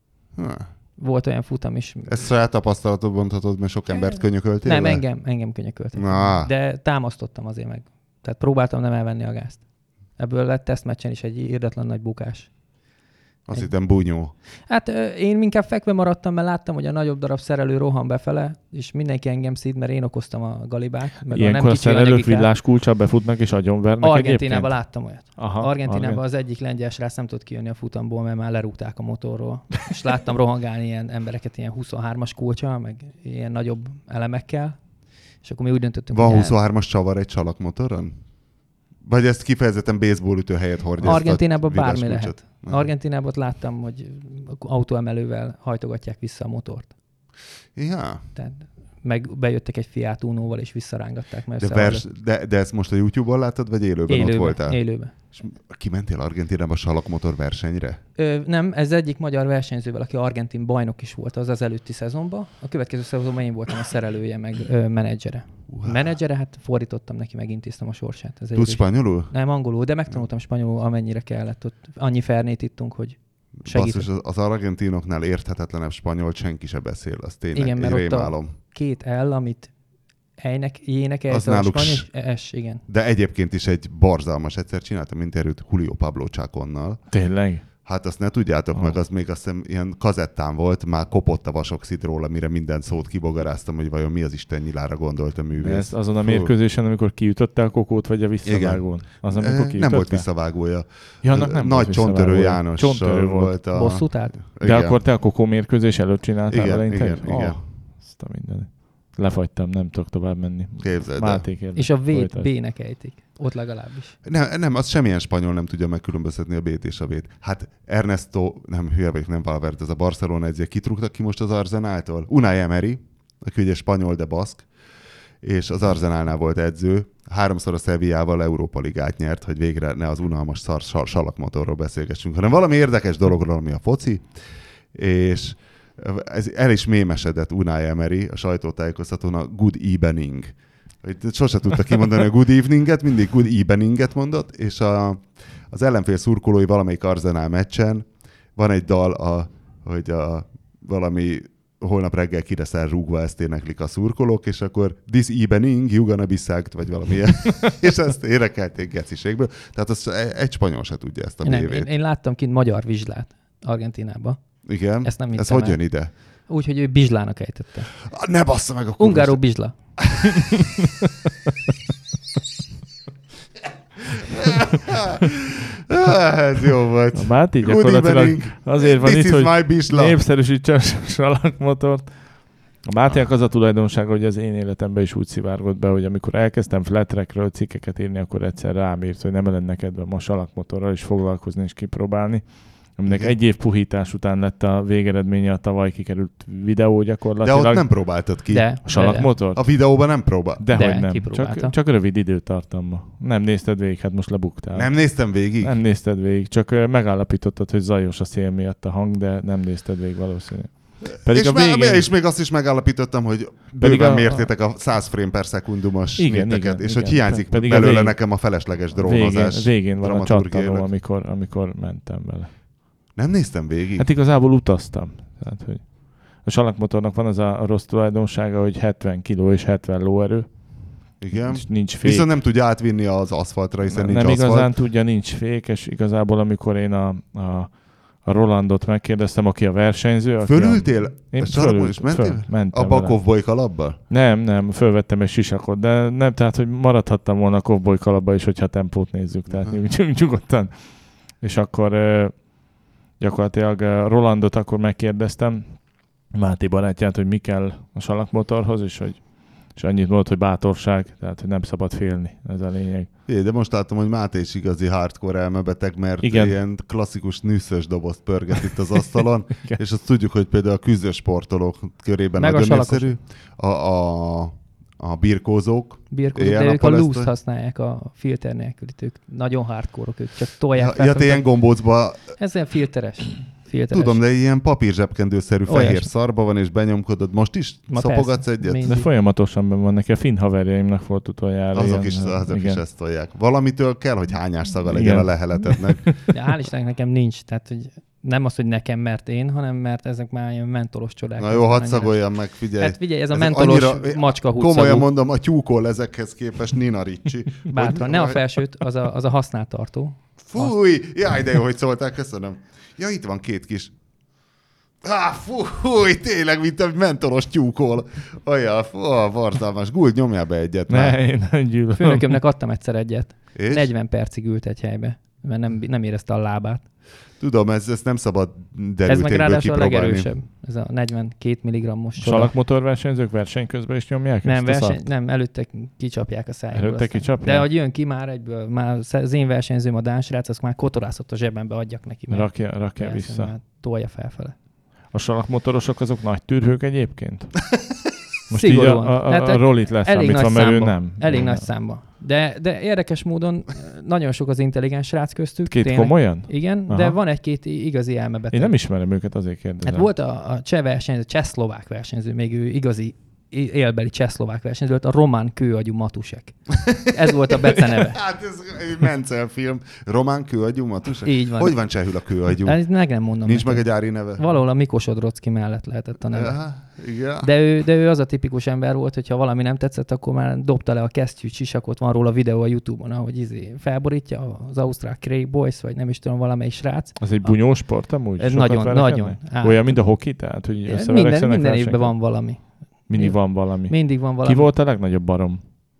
C: Volt olyan futam is.
B: Ezt saját tapasztalatod bonthatod, mert sok embert könyököltél?
C: Nem, engem könyököltél. De támasztottam azért meg. Tehát próbáltam nem elvenni a gázt. Ebből lett tesztmeccsen is egy irdatlan nagy bukás.
B: Azt hittem bunyó.
C: Hát én inkább fekve maradtam, mert láttam, hogy a nagyobb darab szerelő rohan befele, és mindenki engem szíd, mert én okoztam a galibát.
A: Ilyenkor a szerelők villás kulccsal befutnak és agyonvernek
C: Argentínában láttam olyat. Argentínában az egyik lengyel srác nem tudott kijönni a futamból, mert már lerúgták a motorról. És láttam rohangálni ilyen embereket ilyen 23-as kulccsal, meg ilyen nagyobb elemekkel. És akkor mi úgy döntöttünk,
B: van 23-as csavar egy salakmotoron? Vagy ezt kifejezetten baseballütő helyet hordja?
C: Argentínában bármi lehet. Argentínában láttam, hogy autóemelővel hajtogatják vissza a motort.
B: Ja.
C: Tehát meg bejöttek egy Fiat Uno-val, és visszarángatták. Mert
B: de ezt most a YouTube-on láttad, vagy élőben ott voltál?
C: Élőben.
B: És kimentél Argentinába salakmotor versenyre?
C: Nem, ez egyik magyar versenyzővel, aki argentin bajnok is volt az előtti szezonban. A következő szezonban én voltam a szerelője, meg menedzsere. Menedzsere, hát fordítottam neki, megintéztem a sorsát.
B: Tudsz spanyolul?
C: Nem, angolul, de megtanultam spanyolul, amennyire kellett. Ott annyi fernét ittunk, hogy segített.
B: Basszus, az argentinoknál érthetetlenebb spanyolt senki se beszél, az tényleg.
C: Igen, mert ott a két L, amit énekelsz a spanyol, igen.
B: De egyébként is egy borzalmas, egyszer csináltam interjút Julio Pablo Chaconnal.
A: Tényleg?
B: Hát azt ne tudjátok meg, az még azt hiszem ilyen kazettán volt, már kopott a vasoxid róla, mire minden szót kibogaráztam, hogy vajon mi az Isten nyilára gondolt a művész.
A: Ez azon a mérkőzésen, amikor kiütötte a kokót, vagy a visszavágón? Az,
B: nem volt visszavágója.
A: Ja, nem
B: Nagy Csontörő János
A: Csontörő
B: volt a...
C: Bosszút állt?
A: De akkor te a kokó mérkőzés előtt csináltál vele?
B: Igen.
A: Azt a minden. Lefagytam, nem tudok tovább menni.
B: Képzeld el.
C: És a V-t B-nek ejtik. Ott legalábbis.
B: Nem, az semmilyen spanyol nem tudja megkülönböztetni a B-t és a V-t. Hát Ernesto, nem hülye vagyok, nem Valverde, ez a Barcelona edző, kitrúgtak ki most az Arsenáltól. Unai Emery, aki ugye spanyol, de baszk, és az Arsenálnál volt edző. 3-szor a Sevillával Európa Ligát nyert, hogy végre ne az unalmas salakmotorról beszélgessünk, hanem valami érdekes dologról, ami a foci, és ez el is mémesedett Unai Emery a sajtótájékoztatón a good evening. Sose tudta kimondani a good eveninget, mindig good eveninget mondott, és az ellenfél szurkolói valamelyik Arsenal meccsen van egy dal, hogy valami holnap reggel ki leszel rúgva, ezt éneklik a szurkolók, és akkor this evening you gonna be sacked, vagy valami ilyen. És ezt énekelték geciségből. Tehát az egy spanyol se tudja ezt a névét.
C: Én láttam kint magyar vizslát Argentínába.
B: Igen?
C: Ezt nem
B: ez hogy jön ide?
C: Úgy, hogy ő Bizslának ejtette.
B: Ne bassza meg a
C: Ungáró Bizsla.
B: Ez jó volt.
A: A Máté gyakorlatilag azért van itt, hogy népszerűsítse a salakmotort. A Máténak az a tulajdonsága, hogy az én életemben is úgy szivárgott be, hogy amikor elkezdtem flat trackről cikkeket írni, akkor egyszer rám írt, hogy nem lenne kedvem a salakmotorral is foglalkozni és kipróbálni. Aminek egy év puhítás után lett a végeredménye a tavaly kikerült videó gyakorlatilag.
B: De ott nem próbáltad ki.
A: A salakmotort?
B: A videóban nem próbált.
A: Dehogy nem. Csak rövid időtartamban. Nem nézted végig, hát most lebuktál.
B: Nem néztem végig?
A: Nem nézted végig, csak megállapítottad, hogy zajos a szél miatt a hang, de nem nézted végig valószínűleg.
B: Pedig és, végén... és még azt is megállapítottam, hogy bőven mértétek a 100 frame per szekundumos snitteket, és hogy hiányzik belőle nekem a felesleges drónozás.
A: Végén van a csattanó, amikor mentem vele.
B: Nem néztem végig?
A: Hát igazából utaztam. Tehát, hogy a salakmotornak van az a rossz tulajdonsága, hogy 70 kg és 70 lóerő.
B: Igen.
A: Nincs fék.
B: Viszont nem tudja átvinni az aszfaltra, hiszen nincs
A: aszfalt.
B: Nem
A: igazán tudja, nincs fék, és igazából amikor én a Rolandot megkérdeztem, aki a versenyző.
B: Fölültél?
A: Én
B: mentem abba a kovboly kalapba?
A: Nem, fölvettem egy sisakot, de nem, tehát, hogy maradhattam volna a kovboly kalapba is, hogyha tempót nézzük, tehát nyugodtan. És akkor gyakorlatilag Rolandot akkor megkérdeztem, Máté barátját, hogy mi kell a salakmotorhoz, és annyit mondott, hogy bátorság, tehát hogy nem szabad félni, ez a lényeg.
B: De most láttam, hogy Máté is igazi hardcore elmebeteg, mert ilyen klasszikus nűszös dobozt pörget itt az asztalon, és azt tudjuk, hogy például a küzdő sportolók körében
C: meg
B: nagyon népszerű. A birkózók.
C: De ők a loose használják a filter nélkülit, ők nagyon hardcore-ok, ők csak tolják fel.
B: Ja, te ilyen gombócba...
C: Ez ilyen filteres.
B: Tudom, de ilyen papírzsebkendőszerű fehér szarba van, és benyomkodod. Most is szopogatsz egyet?
A: De folyamatosan benn van neki. A finn haverjaimnak volt utoljára.
B: Azok is ezt tolják. Valamitől kell, hogy hányás szaga legyen a leheletednek.
C: Hál' Istennek nekem nincs. Tehát, hogy nem az, hogy nekem, mert én, hanem mert ezek már ilyen mentolos csodák.
B: Na jó, hadd szagoljam meg, figyelj.
C: Hát figyelj, ez a mentolos macska húgyszagú.
B: Komolyan mondom, a tyúkol ezekhez képest Nina Ricci.
C: Bátran, ne a felsőt, az a használtartó.
B: Fúj! Jaj, de jó, hogy szóltál, köszönöm. Ja, itt van két kis... Fúj, tényleg, mint a mentoros tyúkol. Olyan, varzalmas. Guld, nyomjál be egyet.
A: Én nem gyűlölöm.
C: Főnökömnek adtam egyszer egyet.
B: És?
C: 40 percig ült egy helybe, mert nem érezte a lábát.
B: Tudom, ezt nem szabad derültékből
C: ez meg ráadásul
B: kipróbálni.
C: A legerősebb. Ez a 42 mg-os csoda.
A: Salakmotorversenyzők verseny közben is nyomják
C: nem, előtte kicsapják a szájból.
A: Előtte kicsapják?
C: De hogy jön ki már egyből, már az én versenyzőm a dánsrác, azt már kotorászott a zsebembe, adjak neki.
A: Rakja vissza.
C: Tolja felfele.
A: A salakmotorosok azok nagy tűrhők egyébként? Most szigorúan. A Rollit leszámítva, mert ő nem.
C: Elég nagy számba. De érdekes módon nagyon sok az intelligens srác köztük.
A: Tényleg. Komolyan?
C: Igen, de van egy-két igazi elmebeteg.
A: Én nem ismerem őket, azért kérdezem.
C: Hát volt a cseh versenyző, csehszlovák versenyző, még ő igazi élbeli csehszlovák versenyző volt, a Román Kőagyú Matusek. Ez volt a beceneve.
B: Hát ez egy Mencel film. Román Kőagyú Matusek?
C: Így van.
B: Hogy van csehül a kőagyú?
C: Meg nem mondom.
B: Nincs meg egy ári neve?
C: Valahol a Mikosodrocki mellett lehetett a neve.
B: Igen.
C: De ő az a tipikus ember volt, hogyha valami nem tetszett, akkor már dobta le a kesztyűt, sisakot, van róla videó a YouTube-on, ahogy felborítja az ausztrál Craig Boyce, vagy nem is tudom, valamelyik srác.
A: Az egy bunyós sport amúgy?
C: Ez nagyon.
A: Olyan, mint a hoki? Tehát, hogy
C: minden évben van valami.
A: Mindig van valami.
C: Mindig van valami.
A: Ki volt a legnagyobb barom?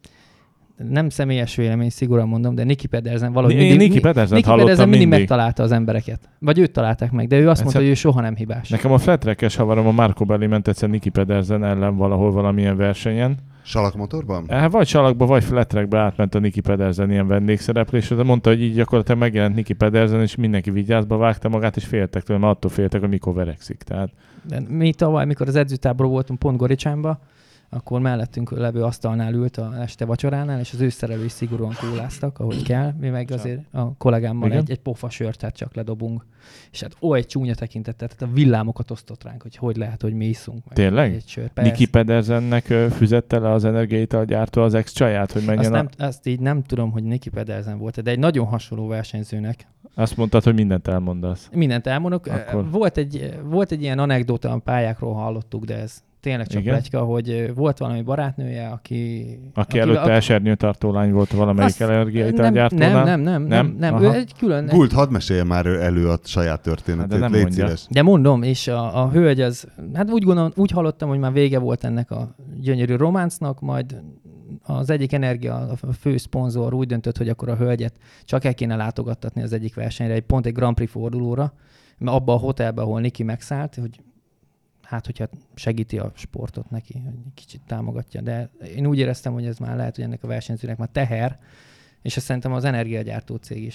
C: Nem személyes vélemény, szigorúan mondom, de Niki Pedersen valahogy
A: Niki Pedersen
C: mindig megtalálta az embereket. Vagy őt találták meg, de ő azt mondta, hogy ő soha nem hibás.
A: Nekem a flattrackes havarom a Marco Belli ment egyszer Niki Pedersen ellen valahol valamilyen versenyen.
B: Salakmotorban?
A: Vagy salakba, vagy flattrackbe átment a Niki Pedersen ilyen vendégszereplésre, de mondta, hogy így gyakorlatilag megjelent Niki Pedersen, és mindenki vigyázba vágta magát, és féltek tőle, mert attól féltek, hogy mikor verekszik. Tehát...
C: De mi tavaly, mikor az edzőtáborban voltunk pont Goricsánba, akkor mellettünk levő asztalnál ült a este vacsoránál, és az ő szerelői szigorúan kóláztak, ahogy kell. Mi meg azért a kollégámmal egy pofa sört, tehát csak ledobunk. És hát egy csúnya tekintettel, tehát a villámokat osztott ránk, hogy lehet, hogy mi iszunk.
A: Tényleg?
C: Egy sört.
A: Niki Pedersennek fizette le az energiaitalgyártó az ex-csaját, hogy menjen
C: azt így nem tudom, hogy Niki Pedersen volt, de egy nagyon hasonló versenyzőnek.
A: Azt mondtad, hogy mindent elmondasz.
C: Mindent elmondok. Akkor... Volt egy ilyen anekdóta, a pályákról hallottuk, de ez tényleg csak pletyka, hogy volt valami barátnője, aki
A: előtte esernyőtartó lány volt valamelyik energiaitalgyártónál.
C: Nem. Ő egy külön...
B: Gult, hadd mesélje már elő a saját történetét, légy szíves.
C: De mondom, és a hölgy az, hát úgy hallottam, hogy már vége volt ennek a gyönyörű románcnak, majd az egyik energia, a fő szponzor úgy döntött, hogy akkor a hölgyet csak el kéne látogattatni az egyik versenyre, pont egy Grand Prix fordulóra, mert abba a hotelben, ahol Niki megszállt, hogy hogyha segíti a sportot neki, hogy kicsit támogatja. De én úgy éreztem, hogy ez már lehet, hogy ennek a versenyzőnek már teher, és azt szerintem az energiaitalgyártó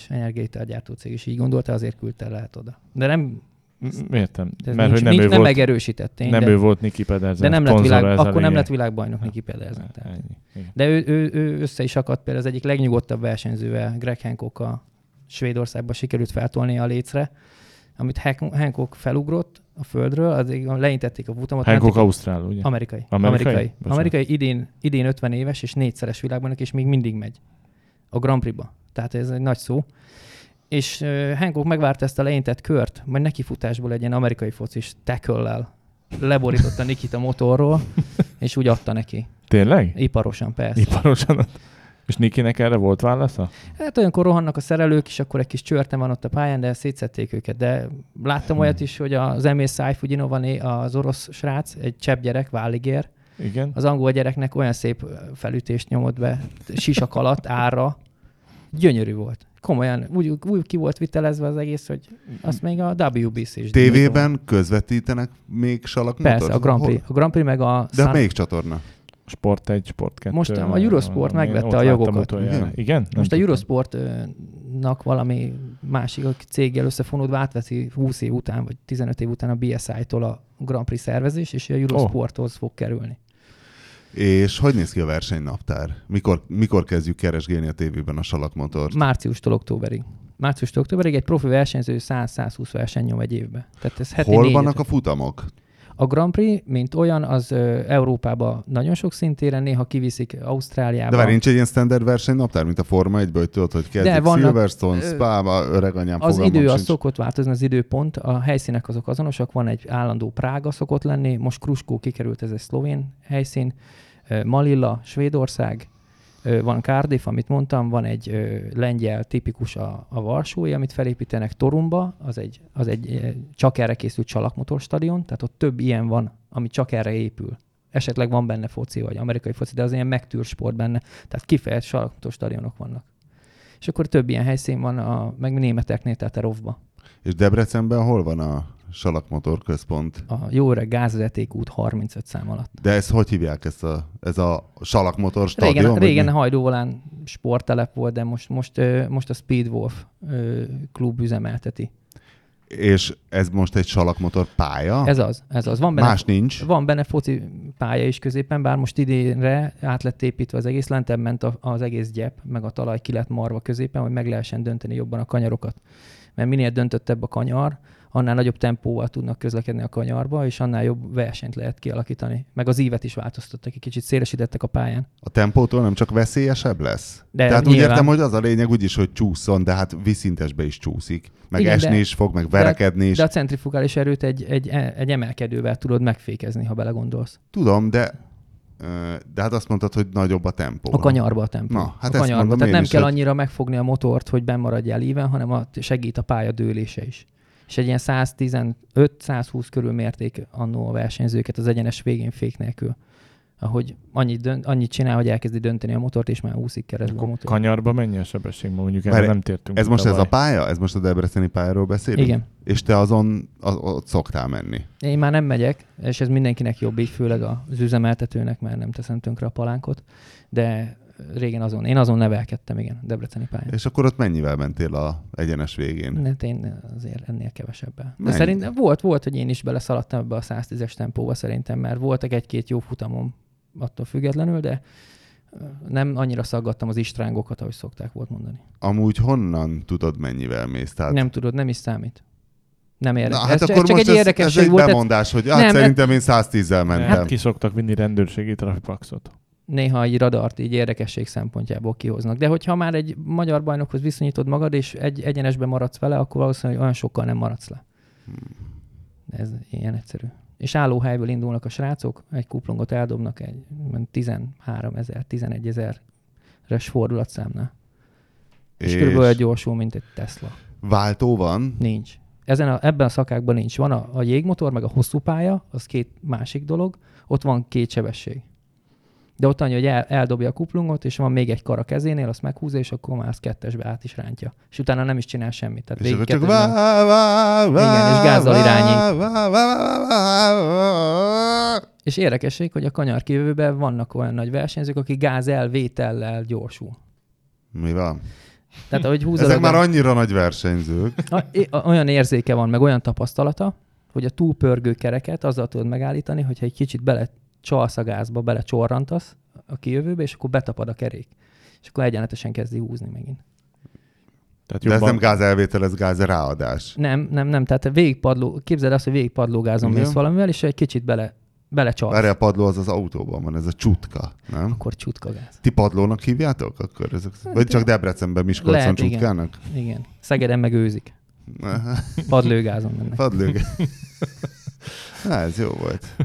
C: cég is így gondolta, azért küldte lehet oda. De nem...
A: Értem. Mert hogy nem ő volt,
C: megerősített.
A: Nem ő volt Niki Pedersen.
C: De akkor nem lett világbajnok Niki Pedersen. De ő össze is akadt, például az egyik legnyugodtabb versenyzővel, Greg Hancock a Svédországban sikerült feltolni a lécre, amit Hancock felugrott a földről, addig leintették a futamot.
A: Hancock ausztrál, ugye?
C: Amerikai idén 50 éves, és 4-szeres világbajnok, és még mindig megy a Grand Prix-ba. Tehát ez egy nagy szó. És Hancock megvárta ezt a leintett kört, majd nekifutásból egy ilyen amerikai focis tackle-lel leborította Nikit a motorról, és úgy adta neki.
A: Tényleg?
C: Iparosan, persze.
A: Iparosan. És Nikinek erre volt válasza?
C: Hát olyankor rohannak a szerelők, és akkor egy kis csörte van ott a pályán, de szétszették őket. De láttam olyat is, hogy az Emil Sayfutdinov, az orosz srác, egy csepp gyerek, váligér.
A: Igen.
C: Az angol gyereknek olyan szép felütést nyomott be, sisak alatt, ára. Gyönyörű volt. Komolyan, úgy ki volt vitelezve az egész, hogy azt még a WBC is.
B: TV-ben közvetítenek még salakmotort?
C: Persze, a Grand Prix meg a...
B: De melyik csatorna?
A: Sport 1, Sport 2.
C: Most a Eurosport megvette a jogokat.
A: Igen?
C: Most a Eurosportnak valami másik céggel összefonódva átveszi 20 év után, vagy 15 év után a BSI-tól a Grand Prix szervezés, és a Eurosporthoz fog kerülni.
B: És hogy néz ki a versenynaptár? Mikor kezdjük keresgélni a tévében a salakmotort?
C: Márciustól októberig. Egy profi versenyző 100-120 verseny nyom egy évben. Tehát ez
B: hol vannak a futamok?
C: A Grand Prix, mint olyan, az Európában nagyon sok szintéren, néha kiviszik Ausztráliába.
B: De várj, nincs egy ilyen standard versenynaptár, mint a Forma 1-ből, hogy tudod, hogy kezdik Silverstone, Spa, öreganyám,
C: az idő az szokott változni, az időpont, a helyszínek azok azonosak, van egy állandó Prága szokott lenni, most Kruško kikerült, ez egy szlovén helyszín, Malilla, Svédország, van Cardiff, amit mondtam, van egy lengyel tipikus a Varsói, amit felépítenek Torunba, az egy csak erre készült salakmotorstadion, tehát ott több ilyen van, ami csak erre épül. Esetleg van benne foci, vagy amerikai foci, de az ilyen megtűrt sport benne, tehát kifejezett salakmotorstadionok vannak. És akkor több ilyen helyszín van, meg németeknél, tehát a Rovba.
B: És Debrecenben hol van a salakmotor központ?
C: A jó öreg Gázvezeték út 35 szám alatt.
B: De ezt hogy hívják, ez a salakmotor stadion?
C: Régen Hajdóvolán sporttelep volt, de most a Speedwolf klub üzemelteti.
B: És ez most egy salakmotor pálya?
C: Ez az. Van benne,
B: más nincs?
C: Van benne foci pálya is középen, bár most idénre át lett építve az egész, lentebb ment az egész gyep, meg a talaj ki lett marva középen, hogy meg lehessen dönteni jobban a kanyarokat. Mert minél döntöttebb a kanyar, annál nagyobb tempóval tudnak közlekedni a kanyarba, és annál jobb versenyt lehet kialakítani. Meg az ívet is változtattak, egy kicsit szélesítettek a pályán.
B: A tempótól nem csak veszélyesebb lesz?
C: De
B: tehát úgy értem, hogy az a lényeg úgyis, hogy csúszson, de hát vízszintesbe is csúszik. Meg igen, esni is fog, meg verekedni is.
C: De a centrifugális erőt egy emelkedővel tudod megfékezni, ha belegondolsz.
B: Tudom, de hát azt mondtad, hogy nagyobb a tempó.
C: A kanyarba a tempó.
B: Na, hát
C: a
B: ezt mondom.
C: Tehát nem
B: is,
C: kell annyira megfogni a motort, hogy bennmaradjál íven, hanem segít a pálya dőlése is. És egy ilyen 115-120 körül mérték annó a versenyzőket az egyenes végén fék nélkül. Ahogy annyit csinál, hogy elkezdi dönteni a motort, és már úszik keresztbe a motor.
A: Kanyarba mennyi a sebesség? Mondjuk erre nem tértünk.
B: Ez most ez a pálya? Ez most a debreceni pályáról beszélünk?
C: Igen.
B: És te ott szoktál menni?
C: Én már nem megyek, és ez mindenkinek jobb, így főleg az üzemeltetőnek, mert nem teszem tönkre a palánkot, de régen én azon nevelkedtem, igen, debreceni pályán.
B: És akkor ott mennyivel mentél a egyenes végén?
C: Hát én azért ennél kevesebbel. De szerintem volt, hogy én is beleszaladtam ebbe a 110-es tempóba szerintem, mert voltak egy-két jó futamom attól függetlenül, de nem annyira szaggattam az istrángokat, ahogy szokták volt mondani.
B: Amúgy honnan tudod, mennyivel mész? Tehát...
C: Nem tudod, nem is számít. Nem érdekes.
B: Hát ez akkor csak most egy érdekesség ez volt. Ez egy bemondás, hogy nem, szerintem én 110-zel mentem.
A: Hát ki szoktak vinni rendőrségi trafipaxot.
C: Néha egy radart így érdekesség szempontjából kihoznak. De hogyha már egy magyar bajnokhoz viszonyítod magad, és egy egyenesben maradsz vele, akkor valószínűleg olyan sokkal nem maradsz le. Ez ilyen egyszerű. És állóhelyből indulnak a srácok, egy kuplungot eldobnak egy 13 000, 11 000-es fordulatszámnál. És körülbelül gyorsul, mint egy Tesla.
B: Váltó van?
C: Nincs. Ebben a szakákban nincs. Van a jégmotor, meg a hosszú pálya, az két másik dolog. Ott van két sebesség. De ott annyi, hogy eldobja a kuplungot, és van még egy kar a kezénél, azt meghúzza, és akkor már az kettesbe át is rántja. És utána nem is csinál semmit. Tehát
B: és
C: végig
B: csak
C: igen, és gázzal irányít. És érdekesség, hogy a kanyarkívülben vannak olyan nagy versenyzők, akik gázelvétellel gyorsul.
B: Mi van?
C: Tehát, ahogy
B: ezek már annyira nagy versenyzők.
C: Olyan érzéke van, meg olyan tapasztalata, hogy a túlpörgő kereket azzal tudod megállítani, hogyha egy kicsit csalsz a gázba, belecsorrantasz a kijövőbe, és akkor betapad a kerék. És akkor egyenletesen kezdi húzni megint.
B: Tehát de ez nem gázelvétel, ez gáz ráadás.
C: Nem. Tehát képzeld azt, hogy végigpadlógázon mész valamivel, és egy kicsit belecsalsz.
B: Várj, a padló az autóban van, ez a csutka, nem?
C: Akkor csutka gáz.
B: Ti padlónak hívjátok? Akkor ezek... Vagy csak Debrecenben, Miskolcon csutkának?
C: Igen. Szegeden meg őzik. Padlőgázon mennek.
B: Padlőgázon. Ez jó volt.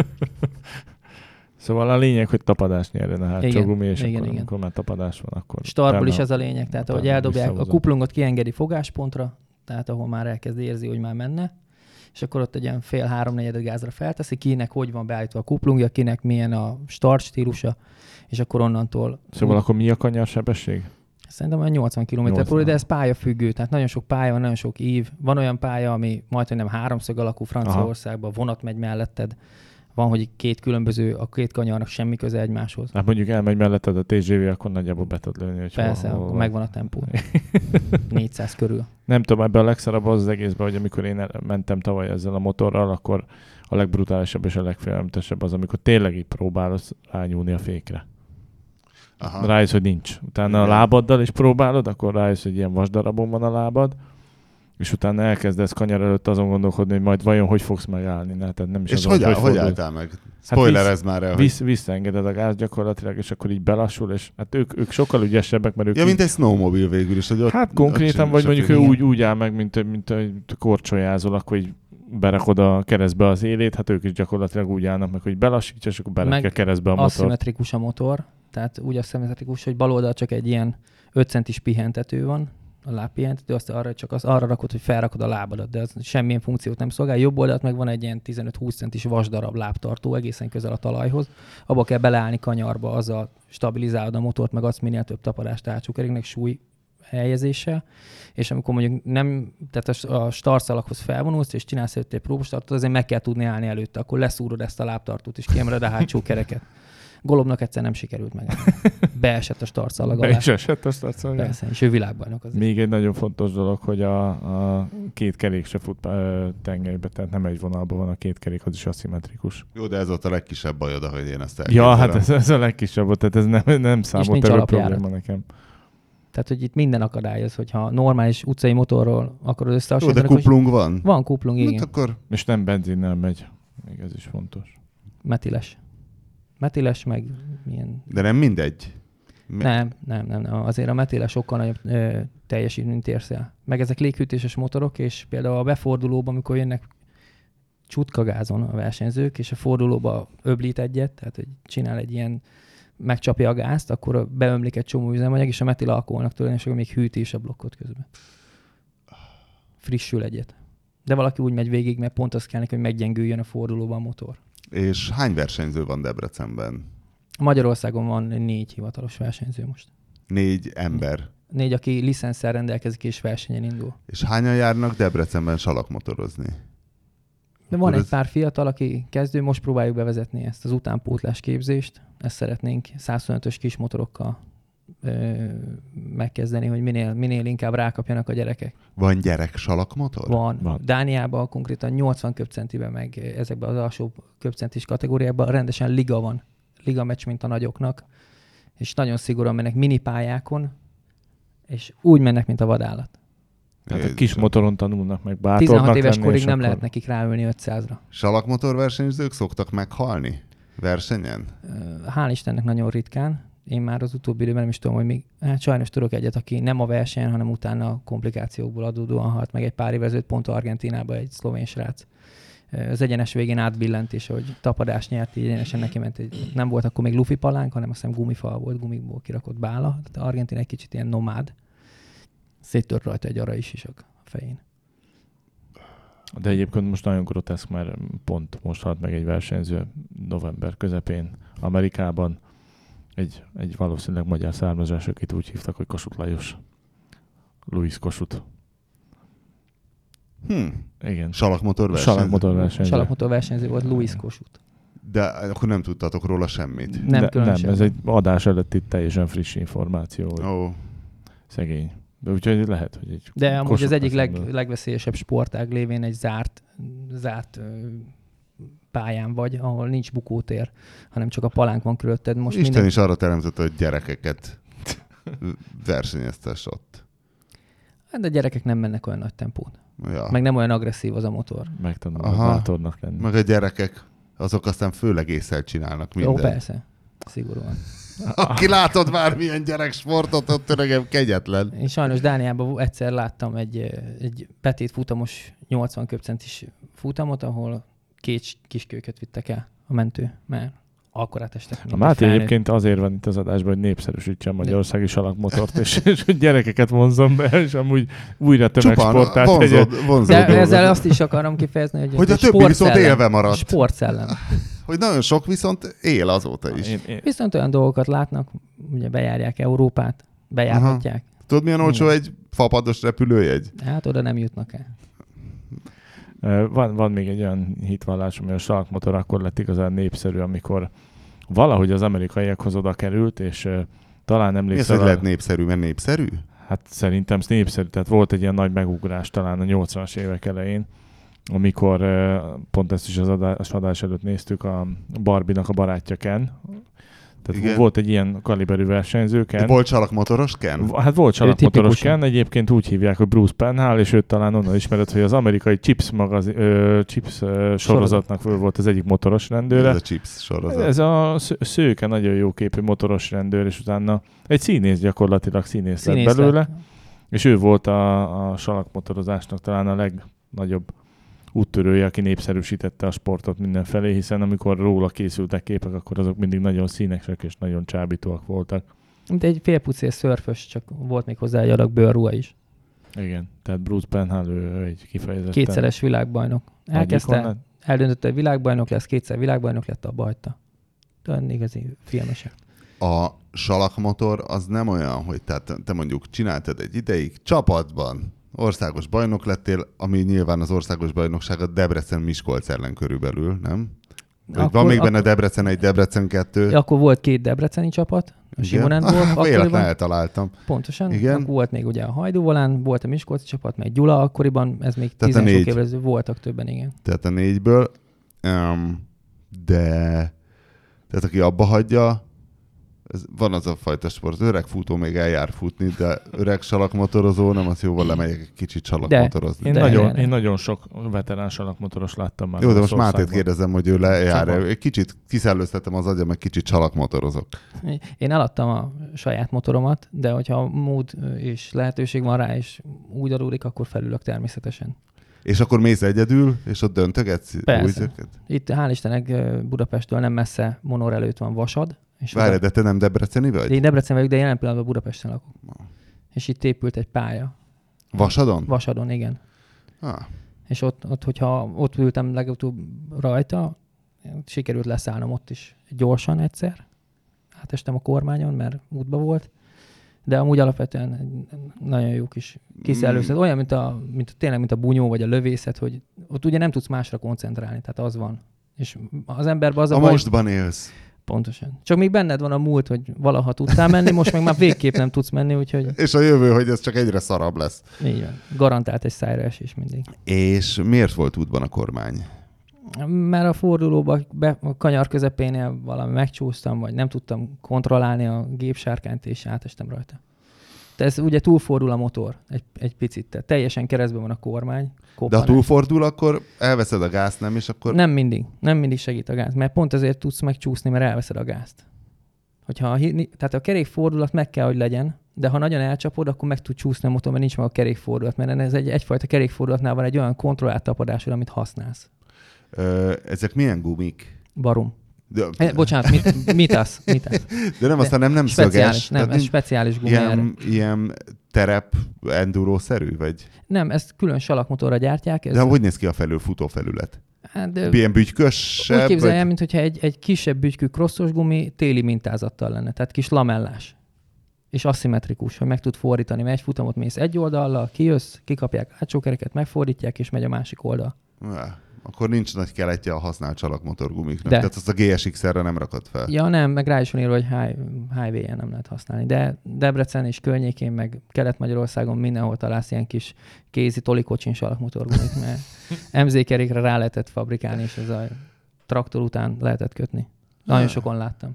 A: Szóval a lényeg, hogy tapadást nyerjen a hátsó gumi, és
C: igen,
A: amikor már tapadás van, akkor...
C: Startból is ez a lényeg, tehát ahogy eldobják, a kuplungot kiengedi fogáspontra, tehát ahol már elkezd érzi, hogy már menne, és akkor ott egy ilyen fél-háromnegyed gázra felteszi, kinek hogy van beállítva a kuplungja, kinek milyen a start stílusa, és akkor onnantól...
A: Szóval akkor mi a kanyarsebesség?
C: Szerintem olyan 80 km/h, de ez pályafüggő, tehát nagyon sok pálya van, nagyon sok ív. Van olyan pálya, ami majdnem nem háromszög alakú Franciaországban, vonat megy melletted. Van, hogy a két kanyarnak semmi köze egymáshoz.
A: Hát mondjuk elmegy melletted a TGV, akkor nagyjából be tud lőni. Hogy
C: persze, akkor megvan a tempó. 400 körül.
A: Nem tudom, ebben a legszarabb az egészben, hogy amikor én mentem tavaly ezzel a motorral, akkor a legbrutálisabb és a legfélelmetesebb az, amikor tényleg így próbálsz rányúlni a fékre. Aha. Rájössz, hogy nincs. Utána a lábaddal is próbálod, akkor rájössz, hogy ilyen vasdarabon van a lábad, és utána elkezdesz kanyar előtt azon gondolkodni, hogy majd vajon hogy fogsz megállni. Tehát nem is
B: és hogy álltál meg? Spoilerezz már el.
A: Visszaengeded a gáz gyakorlatilag, és akkor így belassul, és hát ők sokkal ügyesebbek, mert ők...
B: Ja, mint egy snowmobil végül is. Hogy
A: hát konkrétan, vagy mondjuk ő úgy áll meg, mint korcsolyázol, akkor így berakod a keresztbe az élét, hát ők is gyakorlatilag úgy állnak meg, hogy belassítja, és akkor berakja keresztbe a motor.
C: Aszimmetrikus a motor, tehát úgy aszimmetrikus, hogy bal oldal csak egy ilyen 5 centis pihentető van, a lábpihentető, azt arra rakod, hogy felrakod a lábadat, de az semmilyen funkciót nem szolgál. Jobb oldalt meg van egy ilyen 15-20 centis vasdarab lábtartó egészen közel a talajhoz. Abba kell beleállni kanyarba, azzal stabilizálod a motort, meg adsz minél több tapadást hátsókeréknek súly helyezéssel, és amikor mondjuk nem, tehát a startszalaghoz felvonulsz, és csinálsz előtt egy próbastartot, azért meg kell tudni állni előtte, akkor leszúrod ezt a lábtartót, és kiemeled a hátsó kereket. Golobnak egyszer nem sikerült meg. Beesett a startszalag alá.
A: Be is esett a startszalag alá.
C: Persze, és ő világbajnok azért.
A: Még egy nagyon fontos dolog, hogy a két kerék se fut tengelybe, tehát nem egy vonalban van a két kerék, az is aszimmetrikus.
B: Jó, de ez volt a legkisebb bajod, ahogy én ezt elképzelem.
A: Ja, hát ez a legkisebb, tehát ez nem számolt erről probléma nekem.
C: Tehát, hogy itt minden akadályos, hogyha normális utcai motorról akarod összehasonlítani.
B: Jó, de kuplung van?
C: Van kuplung, igen.
B: Hát akkor...
A: És nem benzinnel megy. Még ez is fontos.
C: Metiles, meg milyen...
B: De nem mindegy.
C: Nem. Azért a metiles sokkal nagyobb teljesítményt érsz el. Meg ezek léghűtéses motorok, és például a befordulóban, amikor jönnek csutkagázon a versenyzők, és a fordulóba öblít egyet, tehát hogy csinál egy ilyen, megcsapja a gázt, akkor beömlik egy csomó üzemanyag, és a metil alkoholnak tőle, és akkor még hűti is a blokkot közben. Frissül egyet. De valaki úgy megy végig, mert pont azt kell neki, hogy meggyengüljön a fordulóban a motor.
B: És hány versenyző van Debrecenben?
C: Magyarországon van 4 hivatalos versenyző most.
B: 4 ember.
C: 4, aki licenszel rendelkezik és versenyen indul.
B: És hányan járnak Debrecenben salakmotorozni?
C: De van egy pár fiatal, aki kezdő, most próbáljuk bevezetni ezt az utánpótlás képzést. Ezt szeretnénk 125-ös kis motorokkal megkezdeni, hogy minél inkább rákapjanak a gyerekek.
B: Van gyerek salakmotor?
C: Van. Dániában konkrétan 80 köbcentiben, meg ezekben az alsó köbcentis kategóriában rendesen liga van. Liga meccs, mint a nagyoknak. És nagyon szigorúan mennek minipályákon, és úgy mennek, mint a vadállat.
A: Tehát a kis motoron tanulnak meg bátornak
C: 16 éves
A: lenni,
C: korig nem
A: akkor...
C: lehet nekik ráülni 500-ra.
B: Salakmotor versenyzők szoktak meghalni versenyen?
C: Hál' Istennek nagyon ritkán. Én már az utóbbi időben nem is tudom, hogy még... Hát sajnos tudok egyet, aki nem a versenyen, hanem utána a komplikációkból adódóan halt meg egy pár évvel ezelőtt pont Argentínában egy szlovén srác. Az egyenes végén átbillent, és hogy tapadást nyert, így egyenesen neki ment. Nem volt akkor még lufi palánk, hanem azt hiszem gumifal volt, gumikból kirakott bála. Tehát Argentína egy kicsit ilyen nomád. Széttört rajta egy arra is a fején.
A: De egyébként most nagyon groteszk, mert pont most halt meg egy versenyző november közepén Amerikában. Egy valószínűleg magyar származás, akit úgy hívtak, hogy Kossuth Lajos. Louis Kossuth. Igen.
B: Salakmotor
C: versenyző volt, Louis Kossuth.
B: De akkor nem tudtatok róla semmit?
C: Nem,
A: ez egy adás előtt itt teljesen friss információ. Szegény. De úgyhogy lehet, hogy egy...
C: De amúgy az egyik legveszélyesebb sportág lévén egy zárt pályán vagy, ahol nincs bukótér, hanem csak a palánk van körülötted.
B: Most Isten is arra teremtette, hogy gyerekeket versenyeztes ott.
C: De a gyerekek nem mennek olyan nagy tempót.
B: Ja.
C: Meg nem olyan agresszív az a motor.
A: Megtanulnak bátornak lenni.
B: Meg a gyerekek, azok aztán főleg ésszel csinálnak mindent.
C: Jó, persze. Szigorúan.
B: Aki látod bármilyen gyereksportot, ott öregem kegyetlen.
C: Én sajnos Dániában egyszer láttam egy petét futamos 80 köbcentis futamot, ahol 2 kiskölyköt vittek el a mentő, mert akkorát estek.
A: A Máté egyébként azért van itt az adásban, hogy népszerűsítse a magyarországi salakmotort, és hogy gyerekeket vonzom be, és amúgy újra tömegsportát.
C: De ezzel azt is akarom kifejezni,
B: hogy a többi viszont élve maradt.
C: Sportszellem.
B: Hogy nagyon sok viszont él azóta is.
C: Viszont olyan dolgokat látnak, ugye bejárják Európát, bejárhatják.
B: Tudod, milyen olcsó egy fapados repülőjegy?
C: Hát oda nem jutnak el.
A: Van még egy olyan hitvallás, ami a salakmotor akkor lett igazán népszerű, amikor valahogy az amerikaiakhoz oda került, és talán emlékszel...
B: Mi az, hogy lehet népszerű, mert népszerű?
A: Hát szerintem népszerű, tehát volt egy ilyen nagy megugrás talán a 80-as évek elején, amikor pont ezt is az adás előtt néztük, a Barbie-nak a barátja Ken. Tehát igen. Volt egy ilyen kaliberű versenyző, Ken.
B: Volt salakmotoros Ken?
A: Hát volt salakmotoros Ken, egyébként úgy hívják, hogy Bruce Penhall, és őt talán onnan ismered, hogy az amerikai Chips sorozatnak föl volt az egyik motoros rendőre.
B: Ez a Chips sorozat.
A: Ez a szőke, nagyon jó képű motoros rendőr, és utána egy színész gyakorlatilag színész lett belőle, és ő volt a salakmotorozásnak talán a legnagyobb úttörője, aki népszerűsítette a sportot mindenfelé, hiszen amikor róla készültek képek, akkor azok mindig nagyon színesek és nagyon csábítóak voltak.
C: Mint egy félpucér szörfös, csak volt még hozzá egy adag bőrruha is.
A: Igen, tehát Bruce Penhall ő egy kifejezetten...
C: Kétszeres világbajnok. Elkezdte, eldöntötte, hogy világbajnok lesz, 2-szer világbajnok lett, abba hagyta. Olyan igazi filmesek.
B: A salakmotor az nem olyan, hogy tehát te mondjuk csináltad egy ideig csapatban, országos bajnok lettél, ami nyilván az országos bajnokság a Debrecen-Miskolc ellen körülbelül, nem? Van még benne Debrecen 1, Debrecen 2.
C: Akkor volt 2 debreceni csapat, a Simonendból.
B: Véletlen eltaláltam.
C: Pontosan. Igen. Akkor volt még ugye a Hajdúvolán, volt a Miskolci csapat, meg Gyula akkoriban, ez még 10 sok évvel voltak többen, igen.
B: Tehát a 4-ből, de tehát aki abba hagyja, van az a fajta sport, öreg futó még eljár futni, de öreg salakmotorozó, nem, az jóval lemegyek egy kicsit salakmotorozni.
A: Én nagyon sok veterán salakmotoros láttam már.
B: Jó, de most Mátét kérdezem, hogy ő lejár. Egy kicsit kiszellőztetem az agyam, meg kicsit salakmotorozok.
C: Én eladtam a saját motoromat, de hogyha mód és lehetőség van rá, és úgy adódik, akkor felülök természetesen.
B: És akkor mész egyedül, és ott döntögetsz?
C: Persze. Itt hál' Istennek Budapesttől nem messze Monor előtt van Vasad.
B: Várj, de te nem debreceni vagy?
C: Én Debrecen vagyok, de jelen pillanatban Budapesten lakok. És itt épült egy pálya.
B: Vasadon?
C: Vasadon, igen. És ott, hogyha ott ültem legutóbb rajta, sikerült leszállnom ott is gyorsan egyszer. Átestem a kormányon, mert útba volt. De amúgy alapvetően nagyon jó kis kiszellőztet. Olyan, tényleg, mint a bunyó vagy a lövészet, hogy ott ugye nem tudsz másra koncentrálni, tehát az van. És az emberben az a baj...
B: mostban élsz.
C: Pontosan. Csak még benned van a múlt, hogy valaha tudtál menni, most meg már végképp nem tudsz menni, úgyhogy...
B: És a jövő, hogy ez csak egyre szarabb lesz.
C: Így van. Garantált egy szájra esés mindig.
B: És miért volt útban a kormány?
C: Mert a fordulóba a kanyar közepénél valami megcsúsztam, vagy nem tudtam kontrollálni a gépsárkányt, és átestem rajta. De ez ugye túlfordul a motor egy picit. Tehát teljesen keresztben van a kormány.
B: De ha túlfordul, akkor elveszed a gázt, nem? És akkor...
C: Nem mindig segít a gáz, mert pont ezért tudsz megcsúszni, mert elveszed a gázt. Tehát a kerékfordulat meg kell, hogy legyen, de ha nagyon elcsapod, akkor meg tud csúszni a motor, mert nincs meg a kerékfordulat, mert ez egyfajta kerékfordulatnál van egy olyan kontrollált tapadásod, amit használsz.
B: Ezek milyen gumik?
C: Barum. Bocsánat, mitász.
B: De nem, aztán nem szöges.
C: Nem, ez speciális gumi.
B: Ilyen terep enduro-szerű, vagy?
C: Nem, ezt külön salakmotorra gyártják.
B: De hogy néz ki a futófelület?
C: Hát,
B: ilyen bütykösebb?
C: Úgy képzelj el, mintha egy kisebb bütykű crossos gumi téli mintázattal lenne, tehát kis lamellás. És aszimmetrikus, hogy meg tud fordítani, mert egy futamot mész egy oldallal, kijössz, kikapják a hátsó kereket, megfordítják, és megy a másik oldal.
B: Akkor nincs nagy keletje a használt salakmotorgumiknak. Tehát azt a GSX-re nem rakod fel.
C: Ja nem, meg rá is van írva, hogy highway-en nem lehet használni. De Debrecen és környékén, meg Kelet-Magyarországon mindenhol találsz ilyen kis kézi tolikocsin salakmotorgumik, mert MZ kerékre rá lehetett fabrikálni, és ez a traktor után lehetett kötni. Nagyon sokon láttam.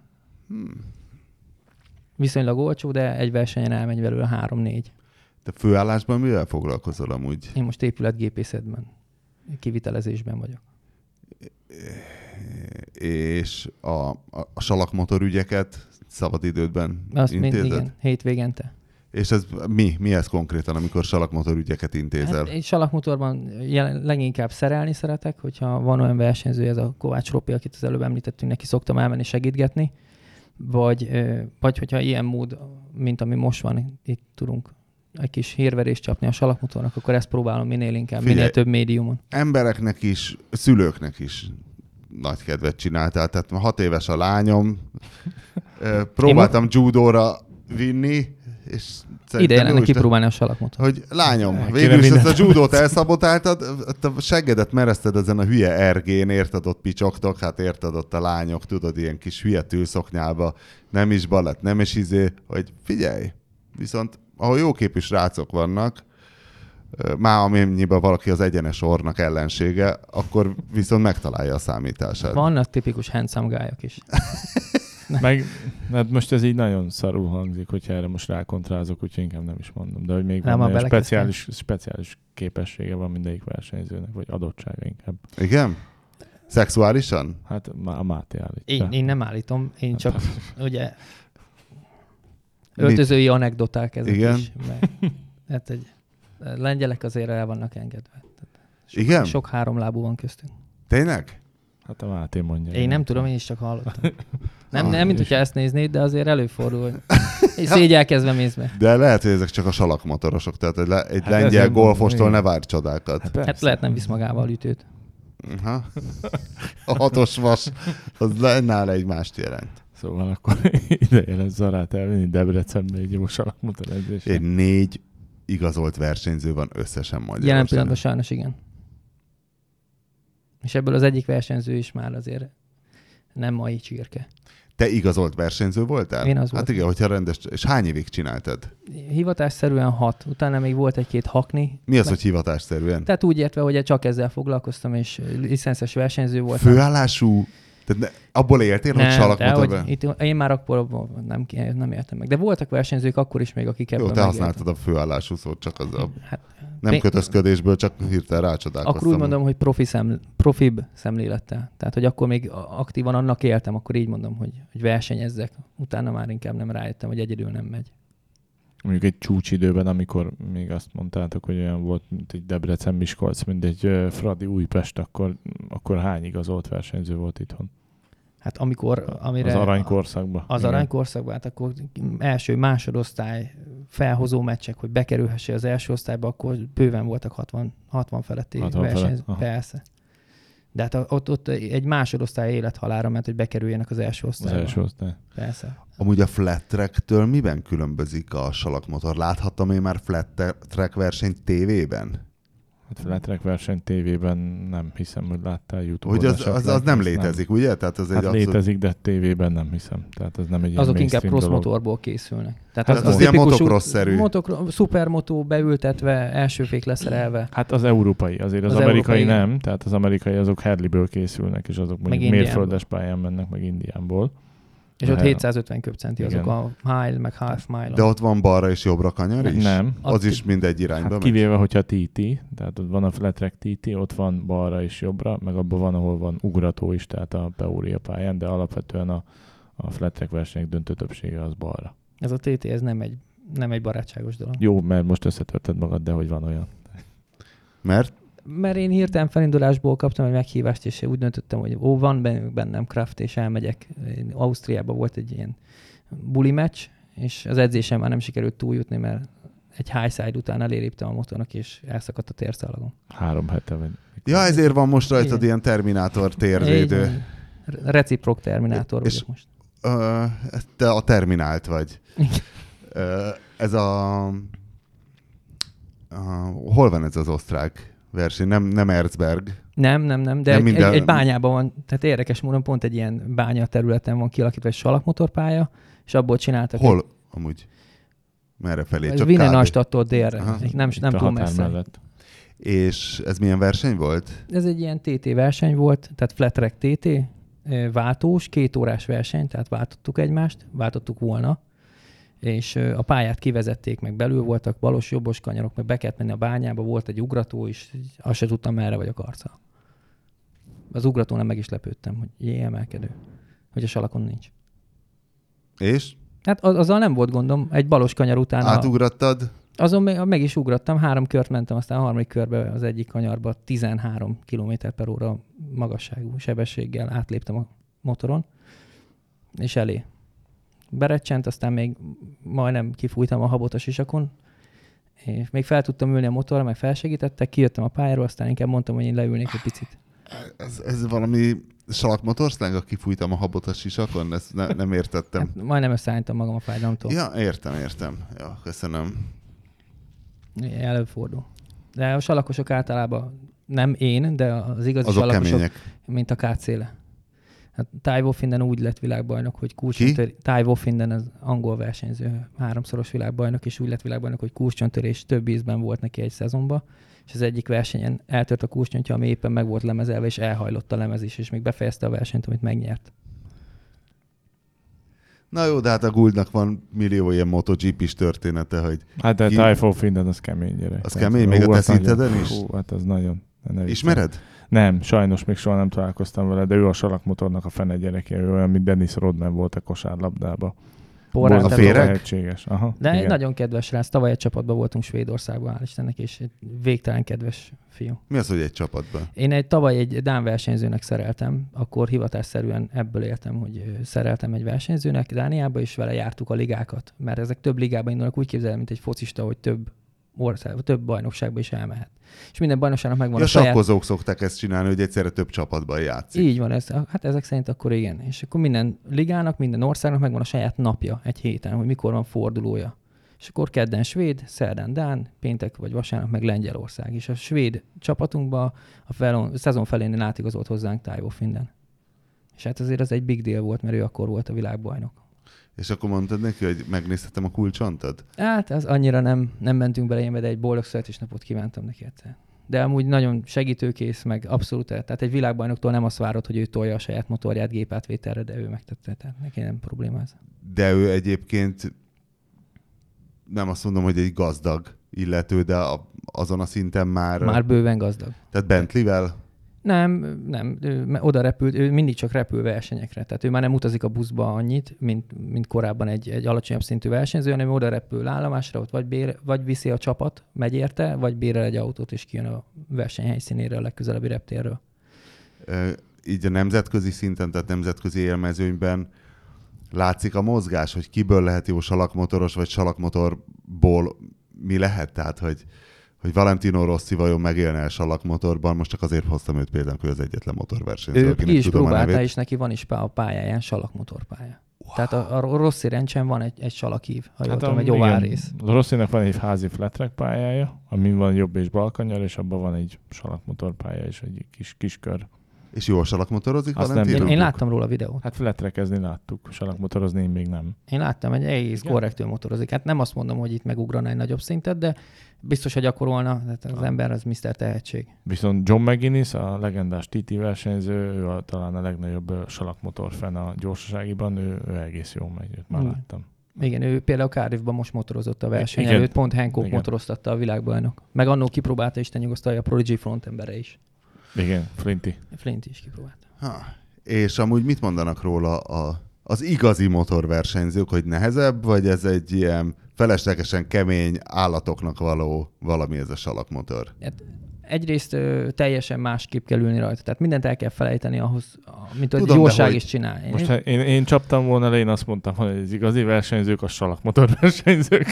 C: Viszonylag olcsó, de egy versenyen elmegy belőle 3-4.
B: Te főállásban mivel foglalkozol amúgy?
C: Én most épületgépészetben, kivitelezésben vagyok.
B: És a salakmotor ügyeket szabadidődben intézed?
C: Igen, hétvégente.
B: És ez mi ez konkrétan, amikor salakmotor ügyeket intézel?
C: Hát én salakmotorban leginkább szerelni szeretek, hogyha van olyan versenyző, ez a Kovács Ropi, akit az előbb említettünk, neki szoktam elmenni segítgetni, vagy hogyha ilyen mód, mint ami most van, itt tudunk egy kis hírverést csapni a salakmotornak, akkor ezt próbálom minél inkább, minél több médiumon. Embereknek is,
B: szülőknek is nagy kedvet csináltál. Tehát 6 éves a lányom, próbáltam judóra vinni, és
C: ideje lenne kipróbálni a salakmotor.
B: Hogy lányom, végül is ezt a judót elszabotáltad, a seggedet merezted ezen a hülye ergén, érted, ott picsogtok, hát érted, ott a lányok, tudod, ilyen kis hülye tűlszoknyába, nem is balett, nem is hogy figyelj, viszont ahol jóképű srácok vannak, már amennyiben valaki az egyenes orrnak ellensége, akkor viszont megtalálja a számítását.
C: Vannak tipikus handsome guy-ok is.
A: Hát most ez így nagyon szarul hangzik, hogyha erre most rákontrázok, úgyhogy inkább nem is mondom. De hogy még
C: nem,
A: van speciális képessége van mindegyik versenyzőnek, vagy adottsága inkább.
B: Igen? Szexuálisan?
A: Hát a Máté állítja.
C: Én nem állítom, én csak ugye öltözői anekdoták ezek is. Hát egy lengyelek azért el vannak engedve.
B: Igen?
C: Sok háromlábú van köztünk.
B: Tényleg?
A: Hát a Máté mondja.
C: Én nem tudom, én is csak hallottam. Nem, mint hogyha ezt néznéd, de azért előfordul, hogy szégyelkezve mész be.
B: De lehet, hogy ezek csak a salakmotorosok, tehát egy lengyel golfostól ne várj csodákat.
C: Hát lehet nem visz magával ütőt.
B: Aha. A 6-os vas, az nála egy mást jelent.
A: Szóval akkor ideje lesz Zarát elvinni Debrecenbe egy jó salakmotor edzésre.
B: Egy 4 igazolt versenyző van összesen Magyarországon.
C: Jelen pillanatban sajnos igen. És ebből az egyik versenyző is már azért nem mai csirke.
B: Te igazolt versenyző voltál?
C: Én az
B: Hát igen, hogyha rendes. És hány évig csináltad?
C: Hivatásszerűen 6. Utána még volt egy-két hakni.
B: Mi az, hogy hivatásszerűen?
C: Tehát úgy értve, hogy csak ezzel foglalkoztam, és licenszes versenyző voltam.
B: Főállású? Tehát abból éltél, hogy salakmotorban?
C: Én már akkor nem éltem meg. De voltak versenyzők akkor is még, akik ebből
B: Jó, te használtad a főállású szót, csak az a...
C: Hát,
B: nem kötözködésből, csak hirtelen rácsodálkoztam.
C: Akkor úgy mondom, hogy profibb szemlélettel. Tehát, hogy akkor még aktívan annak éltem, akkor így mondom, hogy versenyezzek. Utána már inkább nem rájöttem, hogy egyedül nem megy.
A: Mondjuk egy csúcsidőben, amikor még azt mondtátok, hogy olyan volt, mint egy Debrecen-Miskolc, mint egy Fradi Újpest, akkor hány igazolt versenyző volt itthon?
C: Hát amire...
A: Az aranykorszakban.
C: Az aranykorszakban, hát akkor első, másodosztály felhozó meccsek, hogy bekerülhesse az első osztályba, akkor bőven voltak 60 feletti versenyző. Persze. De hát ott egy másodosztály élethalálra ment, hogy bekerüljenek az első osztályba.
A: Az első osztály.
C: Persze.
B: Amúgy a flat track-től miben különbözik a salakmotor? Láthattam én már flat track versenyt tévében?
A: Hát flat track verseny tévében nem hiszem, hogy láttál YouTube-on.
B: Hogy az nem létezik, nem. Ugye? Tehát az
A: hát egy létezik, de tévében nem hiszem. Tehát ez nem egy
C: azok inkább cross motorból készülnek. Tehát
B: az ilyen motocross-szerű.
C: Szupermotó beültetve, első fék leszerelve.
A: Hát az európai, azért az amerikai nem. Tehát az amerikai azok Harleyből készülnek, és azok mondjuk mérföldes pályán mennek, meg Indiánból.
C: És ott 750 köbcenti azok a mile, meg half mile-on.
B: De ott van balra és jobbra kanyar is?
A: Nem.
B: Az is mindegy irányba
A: hát kivéve, hogyha TT, tehát ott van a flat track TT, ott van balra és jobbra, meg abban van, ahol van ugrató is, tehát a Peoria pályán, de alapvetően a flat track versenyek döntő többsége az balra.
C: Ez a TT, ez nem egy barátságos dolog.
A: Jó, mert most összetörted magad, de hogy van olyan.
C: Mert én hirtelen felindulásból kaptam egy meghívást, és úgy döntöttem, hogy van bennem craft, és elmegyek. Ausztriában volt egy ilyen buli meccs, és az edzésem már nem sikerült túljutni, mert egy high side után eléréptem a motornak, és elszakadt a térszalagon.
A: 3 hete vagy.
B: Ja, ezért van most rajtad ilyen Terminátor térvédő.
C: Reciprok Terminátor vagyok most.
B: Te a Terminált vagy. Ez hol van ez az osztrák verseny? Nem Erzberg.
C: Nem, de egy bányában van. Tehát érdekes módon pont egy ilyen bánya területen van kialakítva egy salakmotorpálya, és abból csináltak.
B: Hol amúgy? Merre felé?
C: Ez Wiener-Neustadt-tól délre. Nem túl messze.
B: És ez milyen verseny volt?
C: Ez egy ilyen TT verseny volt, tehát flat track TT, váltós, 2 órás verseny, tehát váltottuk volna, és a pályát kivezették, meg belül voltak balos-jobbos kanyarok, meg be kellett menni a bányába, volt egy ugrató is, azt se tudtam, merre vagy a karccal. Az ugratónál meg is lepődtem, hogy emelkedő, hogy a salakon nincs.
B: És?
C: Hát azzal nem volt gondom, egy balos kanyar után...
B: Átugrattad?
C: Azon meg is ugrottam, 3 kört mentem, aztán a harmadik körbe az egyik kanyarba 13 km/h magasságú sebességgel átléptem a motoron, és elé. Berecsent, aztán még majdnem kifújtam a habot a sisakon, és még fel tudtam ülni a motorra, meg felsegítettek, kijöttem a pályáról, aztán inkább mondtam, hogy én leülnék egy picit.
B: Ez valami salakmotorszláng, a kifújtam a habot a sisakon? Ezt nem értettem.
C: Hát, majdnem összeálltam magam a fájdalomtól.
B: Ja, értem. Ja, köszönöm.
C: Előfordul. De a salakosok általában nem én, de az igazi
B: azok
C: salakosok,
B: kemények.
C: Mint a KC-le. Hát Ty Woffinden úgy lett világbajnok, hogy Ty Woffinden az angol versenyző, 3-szoros világbajnok, és úgy lett világbajnok, hogy kúscsontörés több ízben volt neki egy szezonban, és az egyik versenyen eltört a kúscsontja, ami éppen meg volt lemezelve, és elhajlott a lemez is, és még befejezte a versenyt, amit megnyert.
B: Na jó, de hát a Gouldnak van millió ilyen MotoGP-s története, hogy...
A: Hát de Ty Woffinden az kemény gyerek.
B: Az kemény, még a te szinteden is?
A: Hát az nagyon.
B: Ismered?
A: Nem, sajnos még soha nem találkoztam vele, de ő a salakmotornak a fene gyereke, ő olyan, mint Dennis Rodman volt a kosárlabdába.
B: A féreg?
A: Lehetséges. Aha,
C: de
A: igen.
C: Egy nagyon kedves rá. Tavaly egy csapatban voltunk Svédországban, hál' Istennek, és egy végtelen kedves fiú.
B: Mi az, hogy egy csapatban?
C: Én tavaly egy dán versenyzőnek szereltem, akkor hivatásszerűen ebből éltem, hogy szereltem egy versenyzőnek Dániába, és vele jártuk a ligákat, mert ezek több ligában indulnak, úgy képzelem, mint egy focista, hogy több bajnokságba is elmehet. És minden bajnokságnak megvan a saját...
B: sakkozók szokták ezt csinálni, hogy egyszerre több csapatban játszik.
C: Így van, hát ezek szerint akkor igen. És akkor minden ligának, minden országnak megvan a saját napja egy héten, hogy mikor van fordulója. És akkor kedden svéd, szerdán dán, péntek vagy vasárnap meg Lengyelország. És a svéd csapatunkba a szezon felénél átigazolt hozzánk Ty Woffinden. És hát azért az egy big deal volt, mert ő akkor volt a világbajnok.
B: És akkor mondtad neki, hogy megnézhetem a kulcsontad?
C: Hát az annyira nem mentünk bele ilyenbe, de egy boldog születésnapot kívántam neki egyszer. De amúgy nagyon segítőkész, meg abszolút, tehát egy világbajnoktól nem azt várod, hogy ő tolja a saját motorját gépátvételre, de ő megtette, tehát neki nem probléma ez.
B: De ő egyébként nem azt mondom, hogy egy gazdag illető, de azon a szinten már
C: bőven gazdag.
B: Tehát Bentleyvel?
C: Nem, ő oda repült, ő mindig csak repül versenyekre. Tehát ő már nem utazik a buszba annyit, mint korábban egy alacsonyabb szintű versenyző, hanem oda repül állomásra, ott vagy viszi a csapat, megy érte, vagy bérel egy autót, és kijön a versenyhelyszínére a legközelebbi reptérről.
B: Így a nemzetközi szinten, tehát nemzetközi élmezőnyben látszik a mozgás, hogy kiből lehet jó salakmotoros, vagy salakmotorból mi lehet? Tehát, hogy Valentino Rossi vajon megélne el salakmotorban, most csak azért hoztam őt például, hogy az egyetlen motorversenyző.
C: Ő ki is próbálta, és neki van is a pályáján salakmotorpálya. Wow. Tehát a Rossi Rencsen van egy salakív, ha jól tudom, egy ovál rész.
A: A Rossinak van egy házi flat track pályája, amin van jobb és bal kanyar, és abban van egy salakmotorpálya és egy kis kör.
B: És jól salakmotorozik Valentino?
C: Én láttam róla videót.
A: Hát flat trackezni láttuk, salakmotorozni én még nem.
C: Én láttam, egy egész korrektül motorozik. Hát nem azt mondom, hogy itt megugrana egy nagyobb szintet, de biztos, hogy gyakorolna, tehát az ember az Mr. Tehetség.
A: Viszont John McGuinness, a legendás TT versenyző, ő talán a legnagyobb salakmotor fenn a gyorsaságiban, ő egész jól megy, őt már láttam.
C: Igen, ő például Cardiffban most motorozott a verseny előtt, pont Hancock motoroztatta a világbajnok. Meg annó kipróbálta, Isten nyugosztalja, a Prodigy frontembere is.
A: Igen, Flinty
C: is kipróbálta.
B: És amúgy mit mondanak róla az igazi motorversenyzők, hogy nehezebb, vagy ez egy ilyen feleslegesen kemény állatoknak való valami ez a salakmotor?
C: Hát egyrészt teljesen másképp kell ülni rajta. Tehát mindent el kell felejteni ahhoz, mint hogy jóság is csinál.
A: Most én csaptam volna le, én azt mondtam, hogy az igazi versenyzők a salakmotor versenyzők.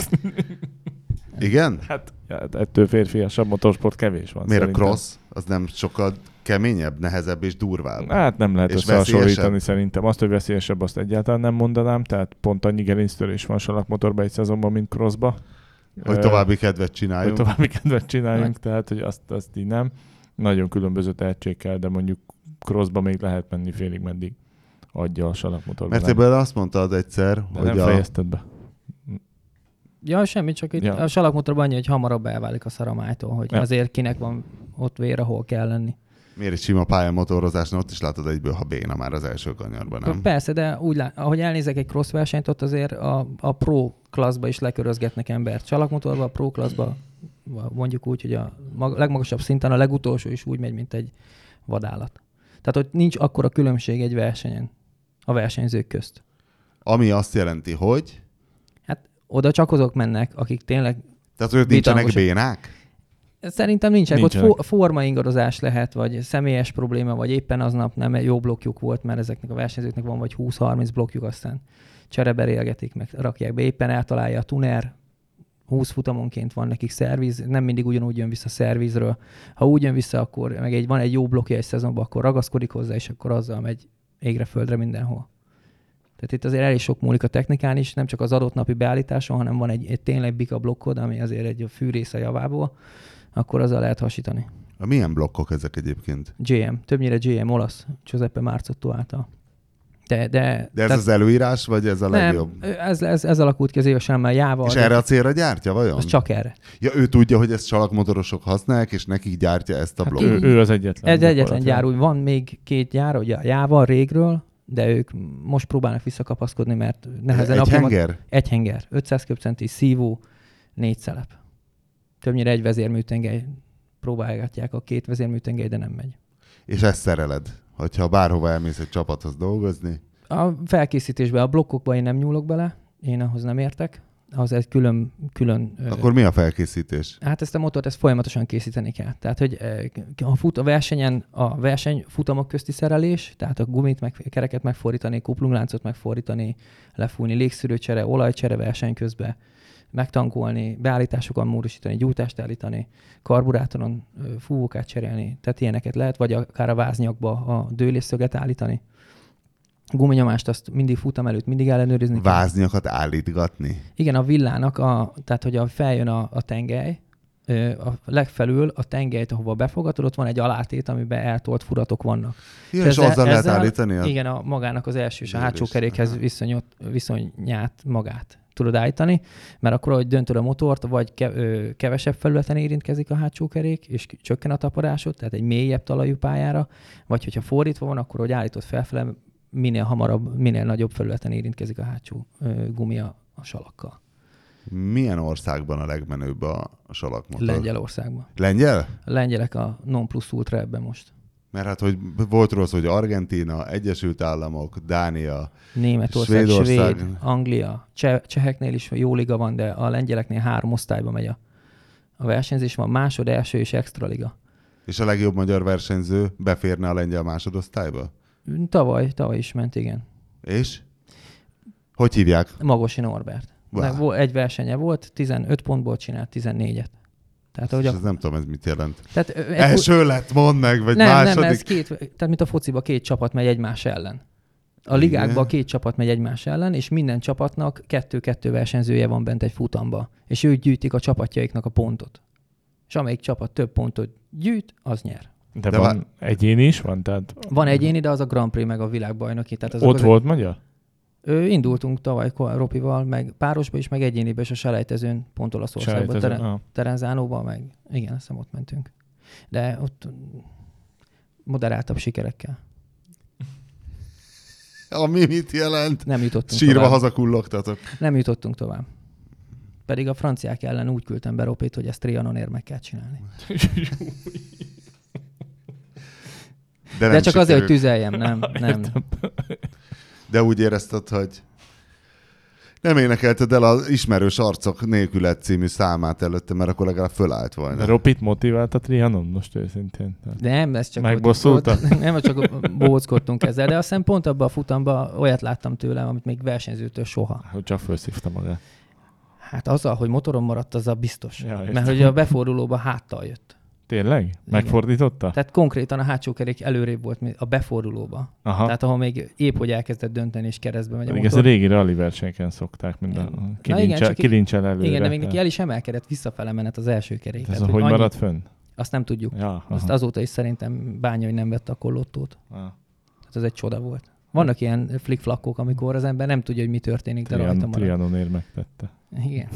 B: Igen?
A: Hát ettől férfiasabb motorsport kevés van.
B: Miért szerintem. A cross? Az nem sokkal keményebb, nehezebb és durvább?
A: Hát nem lehet összehasonlítani szerintem. Azt, hogy veszélyesebb, azt egyáltalán nem mondanám. Tehát pont annyi gerinctörés van salakmotorban egy szezonban, mint crossba.
B: Hogy további kedvet csináljunk.
A: Tehát hogy azt így nem. Nagyon különböző tehetség kell, de mondjuk crossba még lehet menni félig meddig adja a salakmotorban.
B: Mert ebből azt mondtad egyszer,
A: de hogy nem fejezted be.
C: Ja, semmi, csak itt a salakmotorban annyi, hogy hamarabb elválik a szaramájtól, hogy azért kinek van ott vér, ahol kell lenni.
B: Miért egy sima pályamotorozásnál ott is látod egyből, ha béna már az első kanyarban, nem?
C: Persze, de ahogy elnézek egy cross versenyt, ott azért a pro klasszba is lekörözgetnek embert. Salakmotorban, a pro klasszba mondjuk úgy, hogy a legmagasabb szinten a legutolsó is úgy megy, mint egy vadállat. Tehát ott nincs akkora különbség egy versenyen a versenyzők közt.
B: Ami azt jelenti, hogy?
C: Hát oda csak azok mennek, akik tényleg...
B: Tehát ők nincsenek bénák?
C: Szerintem nincsenek. Ott formaingadozás lehet, vagy személyes probléma, vagy éppen aznap nem jó blokkjuk volt, mert ezeknek a versenyzőknek van vagy 20-30 blokkjuk, aztán csereberélgetik, meg rakják be, éppen eltalálja a tuner, 20 futamonként van nekik szerviz, nem mindig ugyanúgy jön vissza szervizről. Ha úgy jön vissza, akkor meg van egy jó blokkja egy szezonban, akkor ragaszkodik hozzá, és akkor azzal megy égre-földre mindenhol. Tehát itt azért elég sok múlik a technikán is, nem csak az adott napi beállításon, hanem van egy tényleg bika blokkod, ami azért egy fűrész a javából, akkor azzal lehet hasítani.
B: Milyen blokkok ezek egyébként?
C: GM, többnyire GM olasz, Giuseppe Marzotto által.
B: De ez az előírás, vagy ez a legjobb?
C: Ez alakult ki az évesen, mert Java...
B: És erre a célra gyártja, vajon?
C: Az csak erre.
B: Ja, ő tudja, hogy ezt salakmotorosok használják, és nekik gyártja ezt a blokkot.
A: Ő az egyetlen.
C: Ez egyetlen gyár, úgy van még 2 gyár, ugye a Java régről, de ők most próbálnak visszakapaszkodni, mert nehezen...
B: Egy henger?
C: Egy henger. 500 köbcenti szívó, 4 szelep. Többnyire egy vezérműtengely próbálgatják, a 2 vezérműtengely, de nem megy.
B: És ezt szereled, hogyha bárhova elmész egy csapathoz dolgozni?
C: A felkészítésben, a blokkokban én nem nyúlok bele, én ahhoz nem értek. Az egy külön...
B: Akkor mi a felkészítés?
C: Hát ezt a motort folyamatosan készíteni kell. Tehát, hogy a versenyen a versenyfutamok közti szerelés, tehát a gumit, kereket megfordítani, kuplungláncot megfordítani, lefújni, légszűrőcsere, olajcsere verseny közben, megtankolni, beállításokon módosítani, gyújtást állítani, karburátoron fúvókát cserélni, tehát ilyeneket lehet, vagy akár a váznyakba a dőlésszöget állítani. Guminyomást azt mindig futam előtt, mindig ellenőrizni.
B: Vázanyakat állítgatni?
C: Igen, a villának, tehát hogy feljön a tengely, a legfelül a tengelyt, ahova befogatod, ott van egy alátét, amiben eltolt furatok vannak.
B: Ja, és azzal lehet állítani?
C: Igen, magának az első és a hátsó kerékhez viszonyát magát tudod állítani, mert akkor, ahogy döntöd a motort, vagy kevesebb felületen érintkezik a hátsó kerék, és csökken a tapadásod, tehát egy mélyebb talajú pályára, vagy hogyha fordítva van, akkor, hogy állítod felfele, minél hamarabb, minél nagyobb felületen érintkezik a hátsó gumi a salakkal.
B: Milyen országban a legmenőbb a salakmotor?
C: Lengyelországban.
B: Lengyel?
C: A lengyelek a non plus ultra ebben most.
B: Mert hát, hogy volt rossz, hogy Argentína, Egyesült Államok, Dánia,
C: Németország, Svéd, Anglia, cseheknél is jó liga van, de a lengyeleknél 3 osztályba megy a versenyzés, van másod, első és extra liga.
B: És a legjobb magyar versenyző beférne a lengyel másodosztályba?
C: Tavaly is ment, igen.
B: És? Hogy hívják?
C: Magosi Norbert. Egy versenye volt, 15 pontból csinált 14-et. Tehát,
B: ez nem tudom, ez mit jelent.
C: Tehát,
B: első lett, mondd meg, vagy második?
C: Nem, ez tehát mint a fociba 2 csapat megy egymás ellen. A ligákban 2 csapat megy egymás ellen, és minden csapatnak 2-2 versenyzője van bent egy futamba. És ők gyűjtik a csapatjaiknak a pontot. És amelyik csapat több pontot gyűjt, az nyer.
A: De van egyéni is van? Tehát...
C: Van egyéni, de az a Grand Prix meg a világbajnoki. Tehát
A: ott volt magyar?
C: Indultunk tavaly Ropival, meg párosba is, meg egyénibe is a selejtezőn, pont Olaszországban, Terenzánóban, meg igen, azt hiszem ott mentünk. De ott moderáltabb sikerekkel.
B: Ami mit jelent?
C: Nem jutottunk
B: Sírva
C: tovább.
B: hazakullogtatok.
C: Nem jutottunk tovább. Pedig a franciák ellen úgy küldtem be Ropit, hogy ezt Trianonért meg kell csinálni. De csak azért, hogy tüzeljem, nem.
B: De úgy érezted, hogy nem énekelted el az Ismerős arcok nélkület című számát előtte, mert akkor legalább fölállt volna.
A: De Ropit motivált a Trianon most őszintén.
C: De nem, ez csak...
A: Megbosszulta?
C: Nem, csak bóckodtunk ezzel, de aztán pont abban a futamba olyat láttam tőlem, amit még versenyzőtől soha.
A: Hogy csak felszívta magát.
C: Hát azzal, hogy motoron maradt, azzal biztos. Ja, mert hogy a befordulóba háttal jött.
A: Tényleg? Megfordította?
C: Tehát konkrétan a hátsó kerék előrébb volt a befordulóba. Aha. Tehát ahol még épp hogy elkezdett dönteni és keresztbe megy a motor.
A: Ez a régi rally versenyeken szokták minden kilincsel előre.
C: Igen, de még neki el is emelkedett visszafele menet az első kerék.
A: Ez hogy maradt fönn?
C: Azt nem tudjuk. Ja, azt azóta is szerintem Bányai nem vette a kollottót. Tehát ez egy csoda volt. Vannak ilyen flickflakkok, amikor az ember nem tudja, hogy mi történik, de rajta marad.
A: Trianonért megtette.
C: Igen.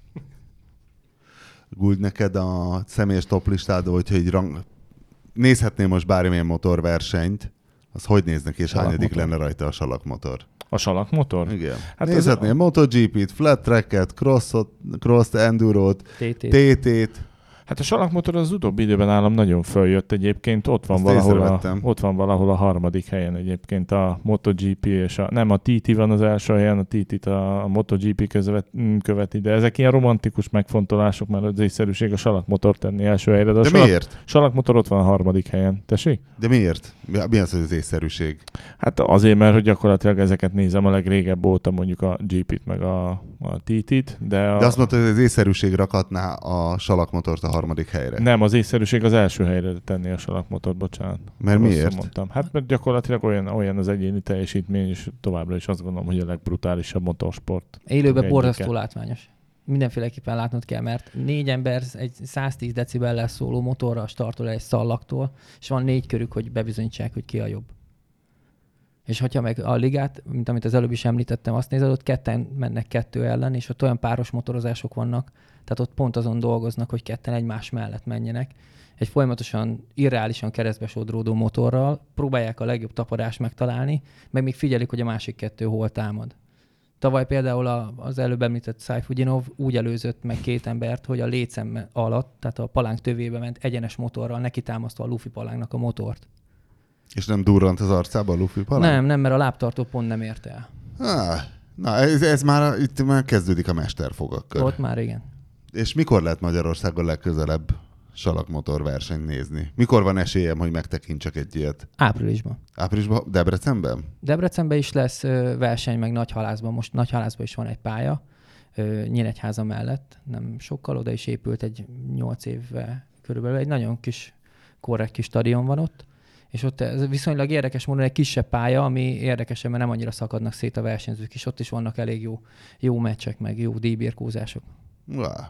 B: Guld neked a személyes toplistádon, hogyha így nézhetnél most bármilyen motorversenyt, az hogy néznek, és hányadik lenne rajta a salakmotor?
A: A salakmotor?
B: Igen. Hát nézhetnél MotoGP-t, flat tracket, cross endurot, TT-t.
A: Hát a salakmotor az utóbbi időben nálam nagyon följött egyébként, ott van valahol a harmadik helyen egyébként a MotoGP és nem a TT van az első helyen, a TT-t a MotoGP követi, de ezek ilyen romantikus megfontolások, mert az észszerűség a salakmotor tenni első helyre.
B: De miért?
A: Salakmotor ott van a harmadik helyen. Tessék?
B: De miért? Mi az, hogy az észszerűség?
A: Hát azért, mert hogy gyakorlatilag ezeket nézem a legrégebb óta, mondjuk a GP-t meg a TT-t, de
B: azt mondta, hogy az észszerűség rakatná a salakmotort a harmadik helyre.
A: Nem, az észszerűség az első helyre tenni a salakmotort, bocsánat.
B: Mert miért?
A: Mondtam. Hát mert gyakorlatilag olyan az egyéni teljesítmény, és továbbra is azt gondolom, hogy a legbrutálisabb motorsport.
C: Élőben borzasztó látványos. Mindenféleképpen látnod kell, mert 4 ember egy 110 decibellel szóló motorral startol egy szallaktól, és van 4 körük, hogy bebizonyítsák, hogy ki a jobb. És hogyha meg a ligát, mint amit az előbb is említettem, azt nézed, ott ketten mennek 2 ellen, és ott olyan páros motorozások vannak, tehát ott pont azon dolgoznak, hogy ketten egymás mellett menjenek. Egy folyamatosan irreálisan keresztbe sodródó motorral próbálják a legjobb tapadást megtalálni, meg még figyelik, hogy a másik 2 hol támad. Tavaly például az előbb említett Saifudinov úgy előzött meg 2 embert, hogy a lécem alatt, tehát a palánk tövébe ment egyenes motorral, neki támasztva a lufi palánknak a motort.
B: És nem durrant az arcába a lufi palánk?
C: Nem, mert a lábtartó pont nem érte el.
B: Na, ez már, itt már kezdődik a mesterfogakkör.
C: Ott már igen.
B: És mikor lehet Magyarországon legközelebb salakmotor versenyt nézni? Mikor van esélyem, hogy megtekintsek egy ilyet?
C: Áprilisban.
B: Áprilisban? Debrecenben?
C: Debrecenben is lesz verseny, meg Nagyhalászban. Most Nagyhalászban is van egy pálya, Nyíregyháza mellett. Nem sokkal, oda is épült egy 8 évvel körülbelül. Egy nagyon korrekt kis stadion van ott. És ott ez viszonylag érdekes módon egy kisebb pálya, ami érdekesen, mert nem annyira szakadnak szét a versenyzők, és ott is vannak elég jó meccsek, meg jó díjbirkózások.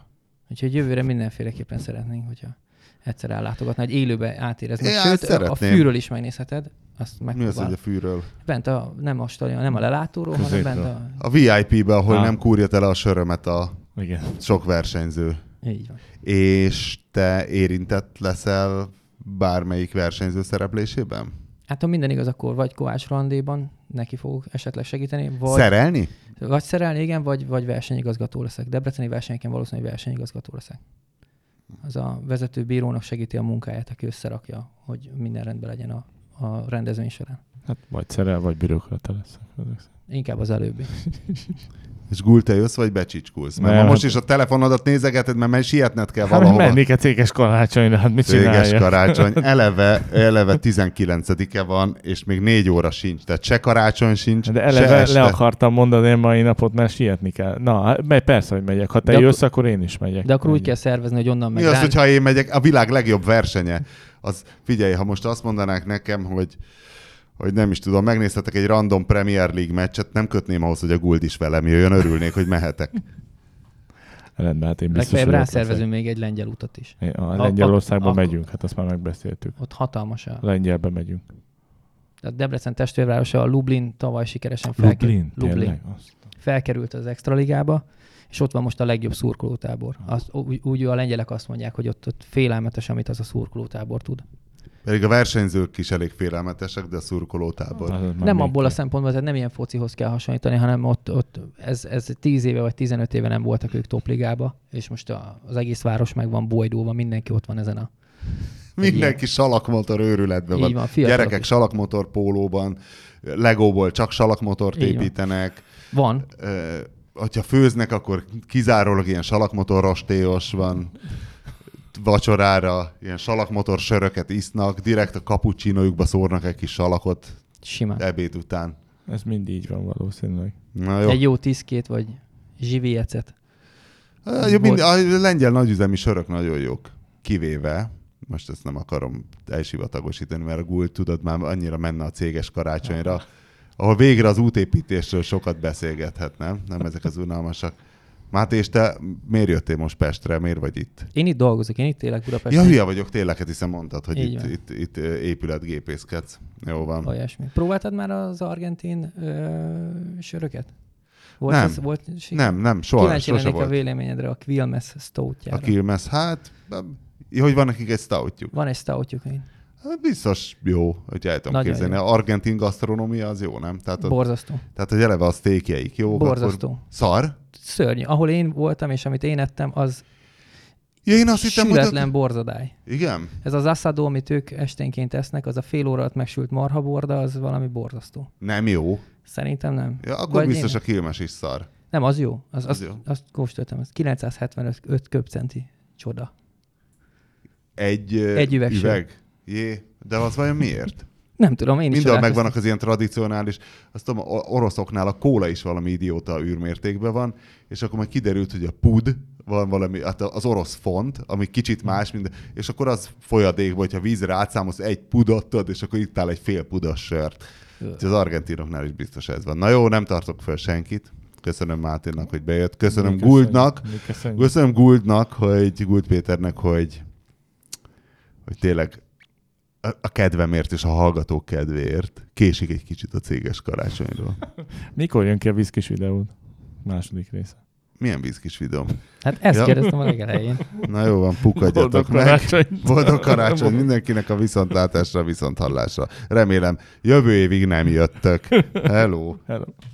C: Úgyhogy jövőre mindenféleképpen szeretnénk, hogyha egyszer ellátogatna, hogy élőbe átérezni. Sőt, a fűről is megnézheted. Azt
B: mi az, hogy a fűről?
C: Bent nem a lelátóról, hanem bent
B: a VIP-be, ahol nem kúrja tele a sörömet
A: igen.
B: Sok versenyző.
C: Így van.
B: És te érintett leszel bármelyik versenyző szereplésében?
C: Hát ha minden igaz, akkor vagy Kovács Rolandéban neki fogok esetleg segíteni. Vagy,
B: szerelni?
C: Vagy szerelni, igen, vagy versenyigazgató leszek. Debreceni versenyeken valószínűleg versenyigazgató leszek. Az a vezető bírónak segíti a munkáját, aki összerakja, hogy minden rendben legyen a rendezvény során.
A: Hát vagy szerel, vagy bürokrata lesz.
C: Inkább az előbbi.
B: És Gul, te jössz, vagy becsicskulsz? Mert most is a telefonodat nézegeted, mert sietned kell valahova.
A: Hát mennék a Céges Karácsonyra, hát mit csinálja?
B: Céges Karácsony. Eleve 19-e van, és még 4 óra sincs. Tehát se karácsony sincs,
A: de eleve le akartam mondani a mai napot, mert sietni kell. Na, persze, hogy megyek. Ha te jössz, akkor én is megyek.
C: De akkor úgy kell szervezni, hogy onnan meg.
B: Mi az, hogyha én megyek? A világ legjobb versenye. Az, figyelj, ha most azt mondanák nekem, hogy nem is tudom, megnézhetek egy random Premier League meccset, nem kötném ahhoz, hogy a Guld is velem jöjjön, örülnék, hogy mehetek.
A: Rendben, hát én biztos,
C: legfeljebb rászervezünk még egy lengyel utat is.
A: A Lengyelországban megyünk, hát azt már megbeszéltük.
C: Ott hatalmas a...
A: Lengyelbe megyünk.
C: Tehát Debrecen testvérvárosa, a Lublin tavaly sikeresen felkerült az Extraligába, és ott van most a legjobb szurkolótábor. Úgy a lengyelek azt mondják, hogy ott félelmetes, amit az a szurkolótábor tud.
B: Pedig a versenyzők is elég félelmetesek, de a szurkolótábor.
C: Nem abból a szempontból, tehát nem ilyen focihoz kell hasonlítani, hanem ott ez 10 éve vagy 15 éve nem voltak ők topligába, és most az egész város meg van bojdulva, mindenki ott van ezen a...
B: Mindenki salakmotor őrületben van. Gyerekek salakmotor pólóban, Legóból csak salakmotort építenek.
C: Van.
B: Ha főznek, akkor kizárólag ilyen salakmotor rostélyos van. Vacsorára ilyen salakmotor söröket isznak, direkt a cappuccinójukba szórnak egy kis salakot.
C: Simán.
B: Ebéd után.
A: Ez mind így van valószínűleg.
B: Na jó.
C: Egy jó tiszkét, vagy zsiviecet.
B: A lengyel nagyüzemi sörök nagyon jók. Kivéve, most ezt nem akarom elsivatagosítani, mert a Gul, tudod, már annyira menne a Céges Karácsonyra, ahol végre az útépítésről sokat beszélgethet, nem? Nem ezek az unalmasak. Máté, és te miért jöttél most Pestre? Miért vagy itt?
C: Én itt dolgozok, én itt élek Budapesten.
B: Ja, hülye vagyok tényleg, hiszen mondtad, hogy itt épületgépészkedsz. Jó van.
C: Olyasmi. Próbáltad már az argentin söröket?
B: Nem, soha.
C: Kíváncsi lennék a véleményedre a Quilmes stoutjára.
B: A Quilmes, hát, hogy van nekik egy stoutjuk?
C: Van egy stoutjuk, én.
B: Hát biztos jó, hogy el tudom képzelni. Az argentin gasztronómia az jó, nem?
C: Borzasztó.
B: Tehát, hogy eleve a sztékjeik jó.
C: Borzasztó.
B: Szar?
C: Szörnyű. Ahol én voltam, és amit én ettem, az
B: én azt hittem,
C: sületlen borzadály.
B: Igen?
C: Ez az asado, amit ők esténként esznek, az a fél óra alatt megsült marhaborda, az valami borzasztó.
B: Nem jó?
C: Szerintem nem.
B: Ja, akkor biztos a Quilmes is szar.
C: Nem, az jó.
B: Az jó.
C: Azt kóstoltam. Az 975 köbcenti. Csoda.
B: Egy üveg? Jé, de az vajon miért?
C: Nem tudom, én is.
B: Mindenhol megvannak az ilyen tradicionális, azt tudom, oroszoknál a kóla is valami idióta űrmértékben van, és akkor majd kiderült, hogy a pud van valami, hát az orosz font, ami kicsit más, és akkor az folyadékban, hogyha vízre átszámolsz egy pudot, és akkor itt áll egy fél pudas sört. Az argentinoknál is biztos ez van. Na jó, nem tartok föl senkit. Köszönöm Máténak, hogy bejött. Köszönöm Guldnak, Guld Péternek, hogy tényleg a kedvemért és a hallgatók kedvéért késik egy kicsit a Céges Karácsonyról.
A: Mikor jön ki a viszkis videód? Második része.
B: Milyen viszkis videóm?
C: Hát ezt kérdeztem a legelején.
B: Na jó van, pukadjatok meg. Boldog karácsony mindenkinek, a viszontlátásra, viszonthallásra. Remélem, jövő évig nem jöttök. Hello.